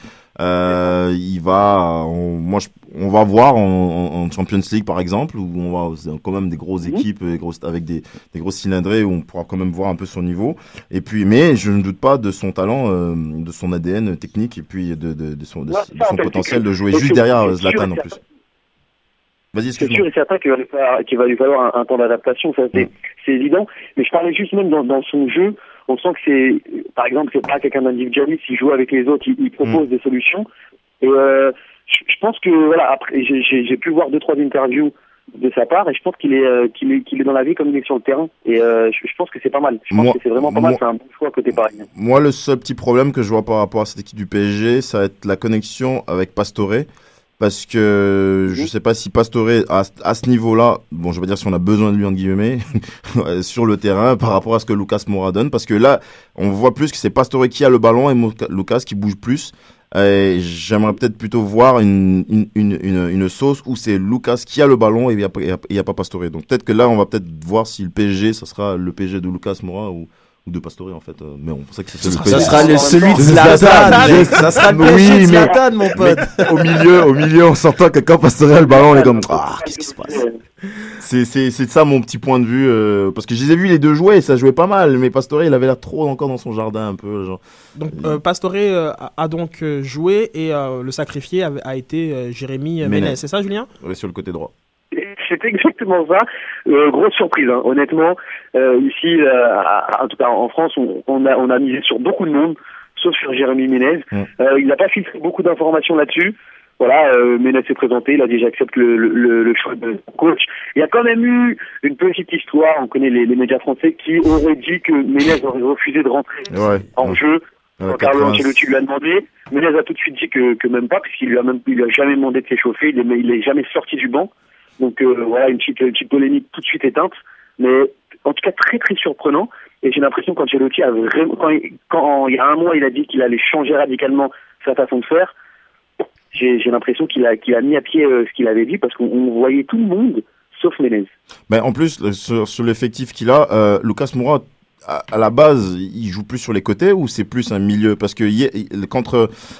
On va voir en Champions League par exemple, où on va quand même des grosses équipes avec des grosses cylindrées, où on pourra quand même voir un peu son niveau. Et puis, mais je ne doute pas de son talent, de son ADN technique, et puis de son potentiel de jouer juste derrière Zlatan en plus. Vas-y, excuse-moi. C'est sûr et certain qu'il va lui falloir un temps d'adaptation, ça c'est évident. Mais je parlais juste même dans son jeu. On sent que par exemple, c'est pas quelqu'un d'individualiste. Il joue avec les autres, il propose des solutions. Et je pense que après, j'ai pu voir 2-3 interviews de sa part, et je pense qu'il est dans la vie comme il est sur le terrain, et je pense que c'est pas mal. Je pense que c'est vraiment pas mal, c'est un bon choix côté parisien. Moi, le seul petit problème que je vois par rapport à cette équipe du PSG, ça va être la connexion avec Pastore. Parce que je sais pas si Pastore, à ce niveau-là, bon, je vais dire si on a besoin de lui, entre guillemets, sur le terrain par rapport à ce que Lucas Moura donne. Parce que là, on voit plus que c'est Pastore qui a le ballon et Lucas qui bouge plus. Et j'aimerais peut-être plutôt voir une sauce où c'est Lucas qui a le ballon et il n'y a pas Pastore. Donc peut-être que là, on va peut-être voir si le PSG, ça sera le PSG de Lucas Moura ou de Pastore en fait, mais on pensait que c'était le PSG. Ça sera celui de Zlatan. Ça sera le PSG de Zlatan, mon pote. Au milieu, on s'entend que quand Pastore a le ballon, on est comme qu'est-ce qui se passe. C'est ça mon petit point de vue, parce que je les ai vus les deux jouer, ça jouait pas mal, mais Pastore il avait l'air trop encore dans son jardin un peu. Genre. Donc Pastore a donc joué et le sacrifié a été Jérémy Ménez, c'est ça Julien ? Oui, sur le côté droit. C'est exactement ça. Grosse surprise, hein. Honnêtement. Ici, en tout cas en France, on a misé sur beaucoup de monde, sauf sur Jérémy Ménez. Il n'a pas filtré beaucoup d'informations là-dessus. Voilà, Ménez s'est présenté, il a dit j'accepte le choix de coach. Il y a quand même eu une petite histoire, on connaît les médias français, qui auraient dit que Ménez aurait refusé de rentrer en jeu. Quand Carlo Ancelotti lui a demandé, Ménez a tout de suite dit que même pas, parce qu'il lui a jamais demandé de s'échauffer, il est jamais sorti du banc. Donc voilà, une petite polémique tout de suite éteinte, mais en tout cas très très surprenant. Et j'ai l'impression qu'Ancelotti a vraiment, quand il y a un mois il a dit qu'il allait changer radicalement sa façon de faire, j'ai l'impression qu'il a mis à pied ce qu'il avait dit, parce qu'on voyait tout le monde sauf Ménez. Mais en plus sur l'effectif qu'il a, Lucas Moura, à la base, il joue plus sur les côtés ou c'est plus un milieu? Parce que quand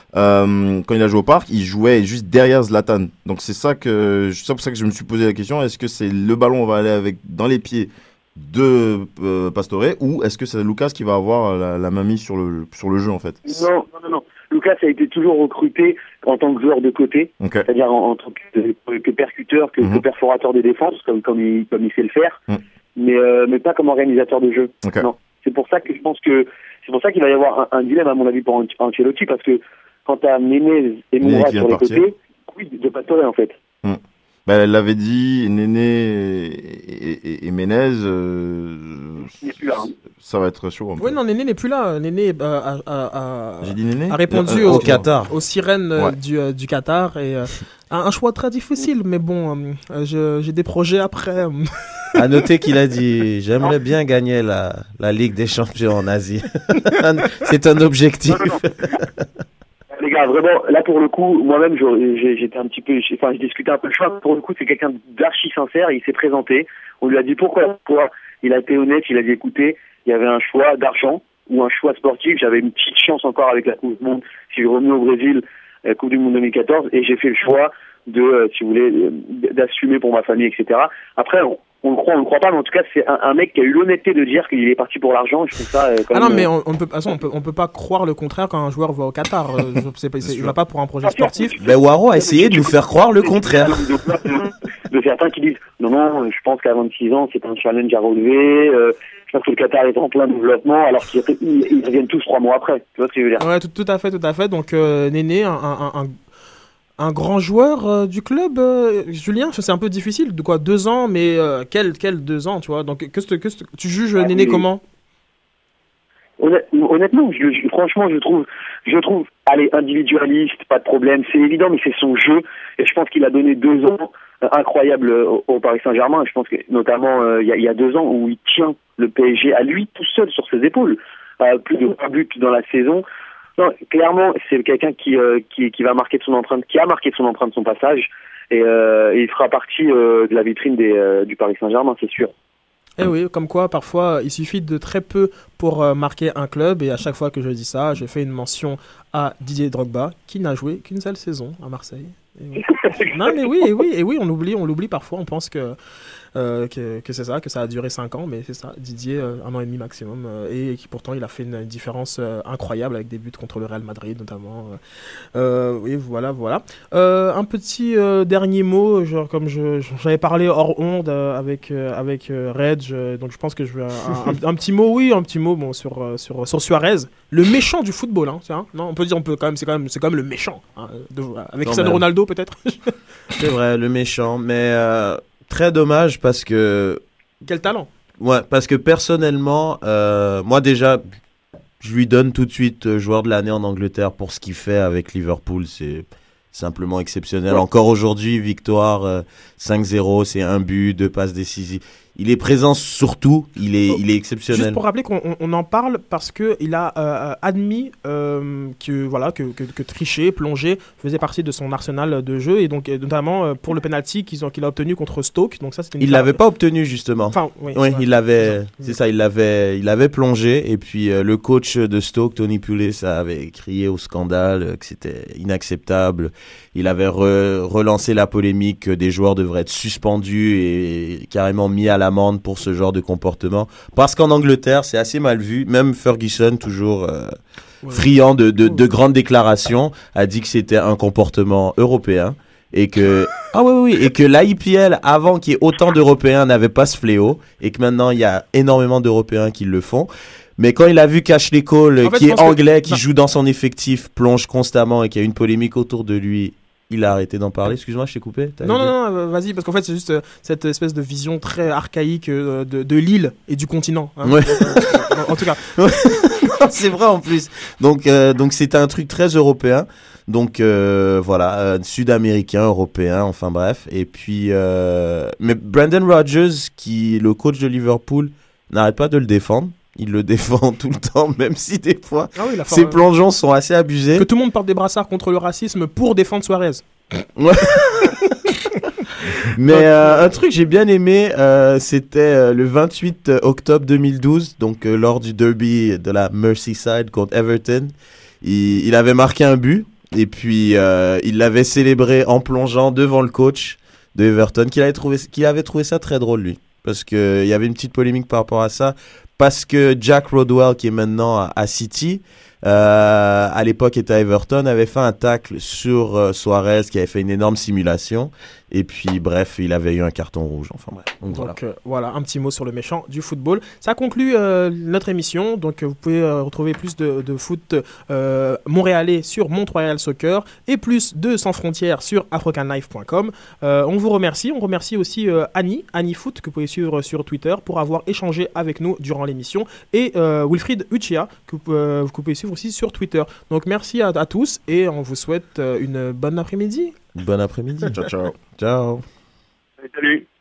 il a joué au Parc, il jouait juste derrière Zlatan. Donc c'est pour ça que je me suis posé la question, est-ce que c'est le ballon va aller dans les pieds de Pastore, ou est-ce que c'est Lucas qui va avoir la main mise sur le jeu en fait? Non. Lucas a été toujours recruté en tant que joueur de côté, c'est-à-dire en tant que percuteur, que perforateur de défense, comme il sait le faire. Mais pas comme organisateur de jeu. Non. C'est pour ça qu'il va y avoir un dilemme à mon avis pour Ancelotti, parce que quand t'as Ménez et Moura sur les côtés, oui, de Pastore en fait. Elle l'avait dit, Néné et Ménez, ça va être chaud. Oui, non, Néné n'est plus là. Néné J'ai dit Néné a répondu au Qatar, aux sirènes du Qatar, et un choix très difficile, mais bon, j'ai des projets après. À noter qu'il a dit j'aimerais bien gagner la Ligue des Champions en Asie. C'est un objectif. Les gars, vraiment, là pour le coup, moi-même, j'étais un petit peu, je discutais un peu le choix. Pour le coup, c'est quelqu'un d'archi sincère. Il s'est présenté. On lui a dit pourquoi. Il a été honnête. Il a dit écoutez, il y avait un choix d'argent ou un choix sportif. J'avais une petite chance encore avec la Coupe du Monde. Je suis revenu au Brésil, la Coupe du Monde 2014, et j'ai fait le choix si vous voulez, d'assumer pour ma famille, etc. Après, on le croit pas, mais en tout cas, c'est un mec qui a eu l'honnêteté de dire qu'il est parti pour l'argent. Je trouve ça. Non, mais on peut pas croire le contraire quand un joueur va au Qatar. Il va pas pour un projet sportif. Ben Waro a essayé de nous faire croire le contraire. De certains qui disent non, je pense qu'à 26 ans, c'est un challenge à relever. Je pense que le Qatar est en plein développement, alors qu'ils reviennent tous 3 mois après. Tu vois ce que je veux dire? Ouais, tout à fait. Donc Néné, un grand joueur du club, Julien, c'est un peu difficile. De quoi, 2 ans, mais quel 2 ans, tu vois. Donc, tu juges Néné comment? Honnêtement, franchement, je trouve, allez, individualiste, pas de problème, c'est évident, mais c'est son jeu. Et je pense qu'il a donné 2 ans incroyables au Paris Saint-Germain. Je pense que, notamment, il y a 2 ans où il tient le PSG à lui tout seul sur ses épaules. Plus de 1 but dans la saison. Non, clairement, c'est quelqu'un qui va marquer de son empreinte, qui a marqué de son empreinte son passage, et il fera partie de la vitrine du Paris Saint-Germain, c'est sûr. Eh oui, comme quoi, parfois, il suffit de très peu pour marquer un club, et à chaque fois que je dis ça, je fais une mention à Didier Drogba, qui n'a joué qu'une seule saison à Marseille. Non, mais oui, on l'oublie parfois, on pense que c'est ça, que ça a duré 5 ans, mais c'est ça, Didier, 1 an et demi maximum, et qui pourtant il a fait une différence incroyable avec des buts contre le Real Madrid notamment. Oui, voilà. Un petit dernier mot, genre comme j'avais parlé hors onde avec Reg, donc je pense que je vais un petit mot, bon, sur Suarez, le méchant du football, hein, c'est, hein, non, on peut dire, c'est quand même le méchant, hein, avec Cristiano Ronaldo peut-être. C'est vrai, le méchant, mais très dommage parce que... Quel talent. Ouais, parce que personnellement, moi déjà, je lui donne tout de suite joueur de l'année en Angleterre pour ce qu'il fait avec Liverpool. C'est simplement exceptionnel. Ouais. Encore aujourd'hui, victoire 5-0, c'est 1 but, 2 passes décisives. Il est présent surtout, il est exceptionnel. Juste pour rappeler qu'on en parle parce qu'il a admis que tricher, plonger faisait partie de son arsenal de jeu et donc notamment pour le penalty qu'il a obtenu contre Stoke. Donc ça, il l'avait pas obtenu justement. Enfin, oui, il l'avait plongé et puis le coach de Stoke, Tony Pulis, avait crié au scandale que c'était inacceptable. Il avait relancé la polémique que des joueurs devraient être suspendus et carrément mis à l'amende pour ce genre de comportement. Parce qu'en Angleterre, c'est assez mal vu. Même Ferguson, toujours friand de grandes déclarations, a dit que c'était un comportement européen. Et que, et que l'IPL, avant qu'il y ait autant d'Européens, n'avait pas ce fléau. Et que maintenant, il y a énormément d'Européens qui le font. Mais quand il a vu qu'Ashley Cole, qui est anglais, qui joue dans son effectif, plonge constamment et qu'il y a une polémique autour de lui, il a arrêté d'en parler. Excuse-moi, je t'ai coupé. Non, vas-y, parce qu'en fait, c'est juste cette espèce de vision très archaïque de l'île et du continent. Hein. Ouais. En tout cas. C'est vrai en plus. Donc c'était un truc très européen. Donc sud-américain, européen, enfin bref. Et puis, mais Brendan Rodgers, qui est le coach de Liverpool, n'arrête pas de le défendre. Il le défend tout le temps, même si des fois ses plongeons sont assez abusés. Que tout le monde porte des brassards contre le racisme pour défendre Suarez. Ouais. Mais un truc que j'ai bien aimé, c'était le 28 octobre 2012, donc lors du derby de la Merseyside contre Everton. Il avait marqué un but et puis il l'avait célébré en plongeant devant le coach de Everton, qui avait trouvé ça très drôle lui, parce qu'il y avait une petite polémique par rapport à ça. Parce que Jack Rodwell, qui est maintenant à City, à l'époque était à Everton, avait fait un tacle sur Suarez, qui avait fait une énorme simulation. Et puis, bref, il avait eu un carton rouge. Enfin bref. Donc voilà, un petit mot sur le méchant du football. Ça conclut notre émission. Donc vous pouvez retrouver plus de foot montréalais sur Mont-Royal Soccer et plus de Sans Frontières sur africanlife.com. On vous remercie. On remercie aussi Annie Foot, que vous pouvez suivre sur Twitter, pour avoir échangé avec nous durant l'émission. Et Wilfried Uchia, que vous pouvez suivre aussi sur Twitter. Donc merci à tous et on vous souhaite une bonne après-midi. Bon après-midi. Ciao, ciao. Ciao. Salut.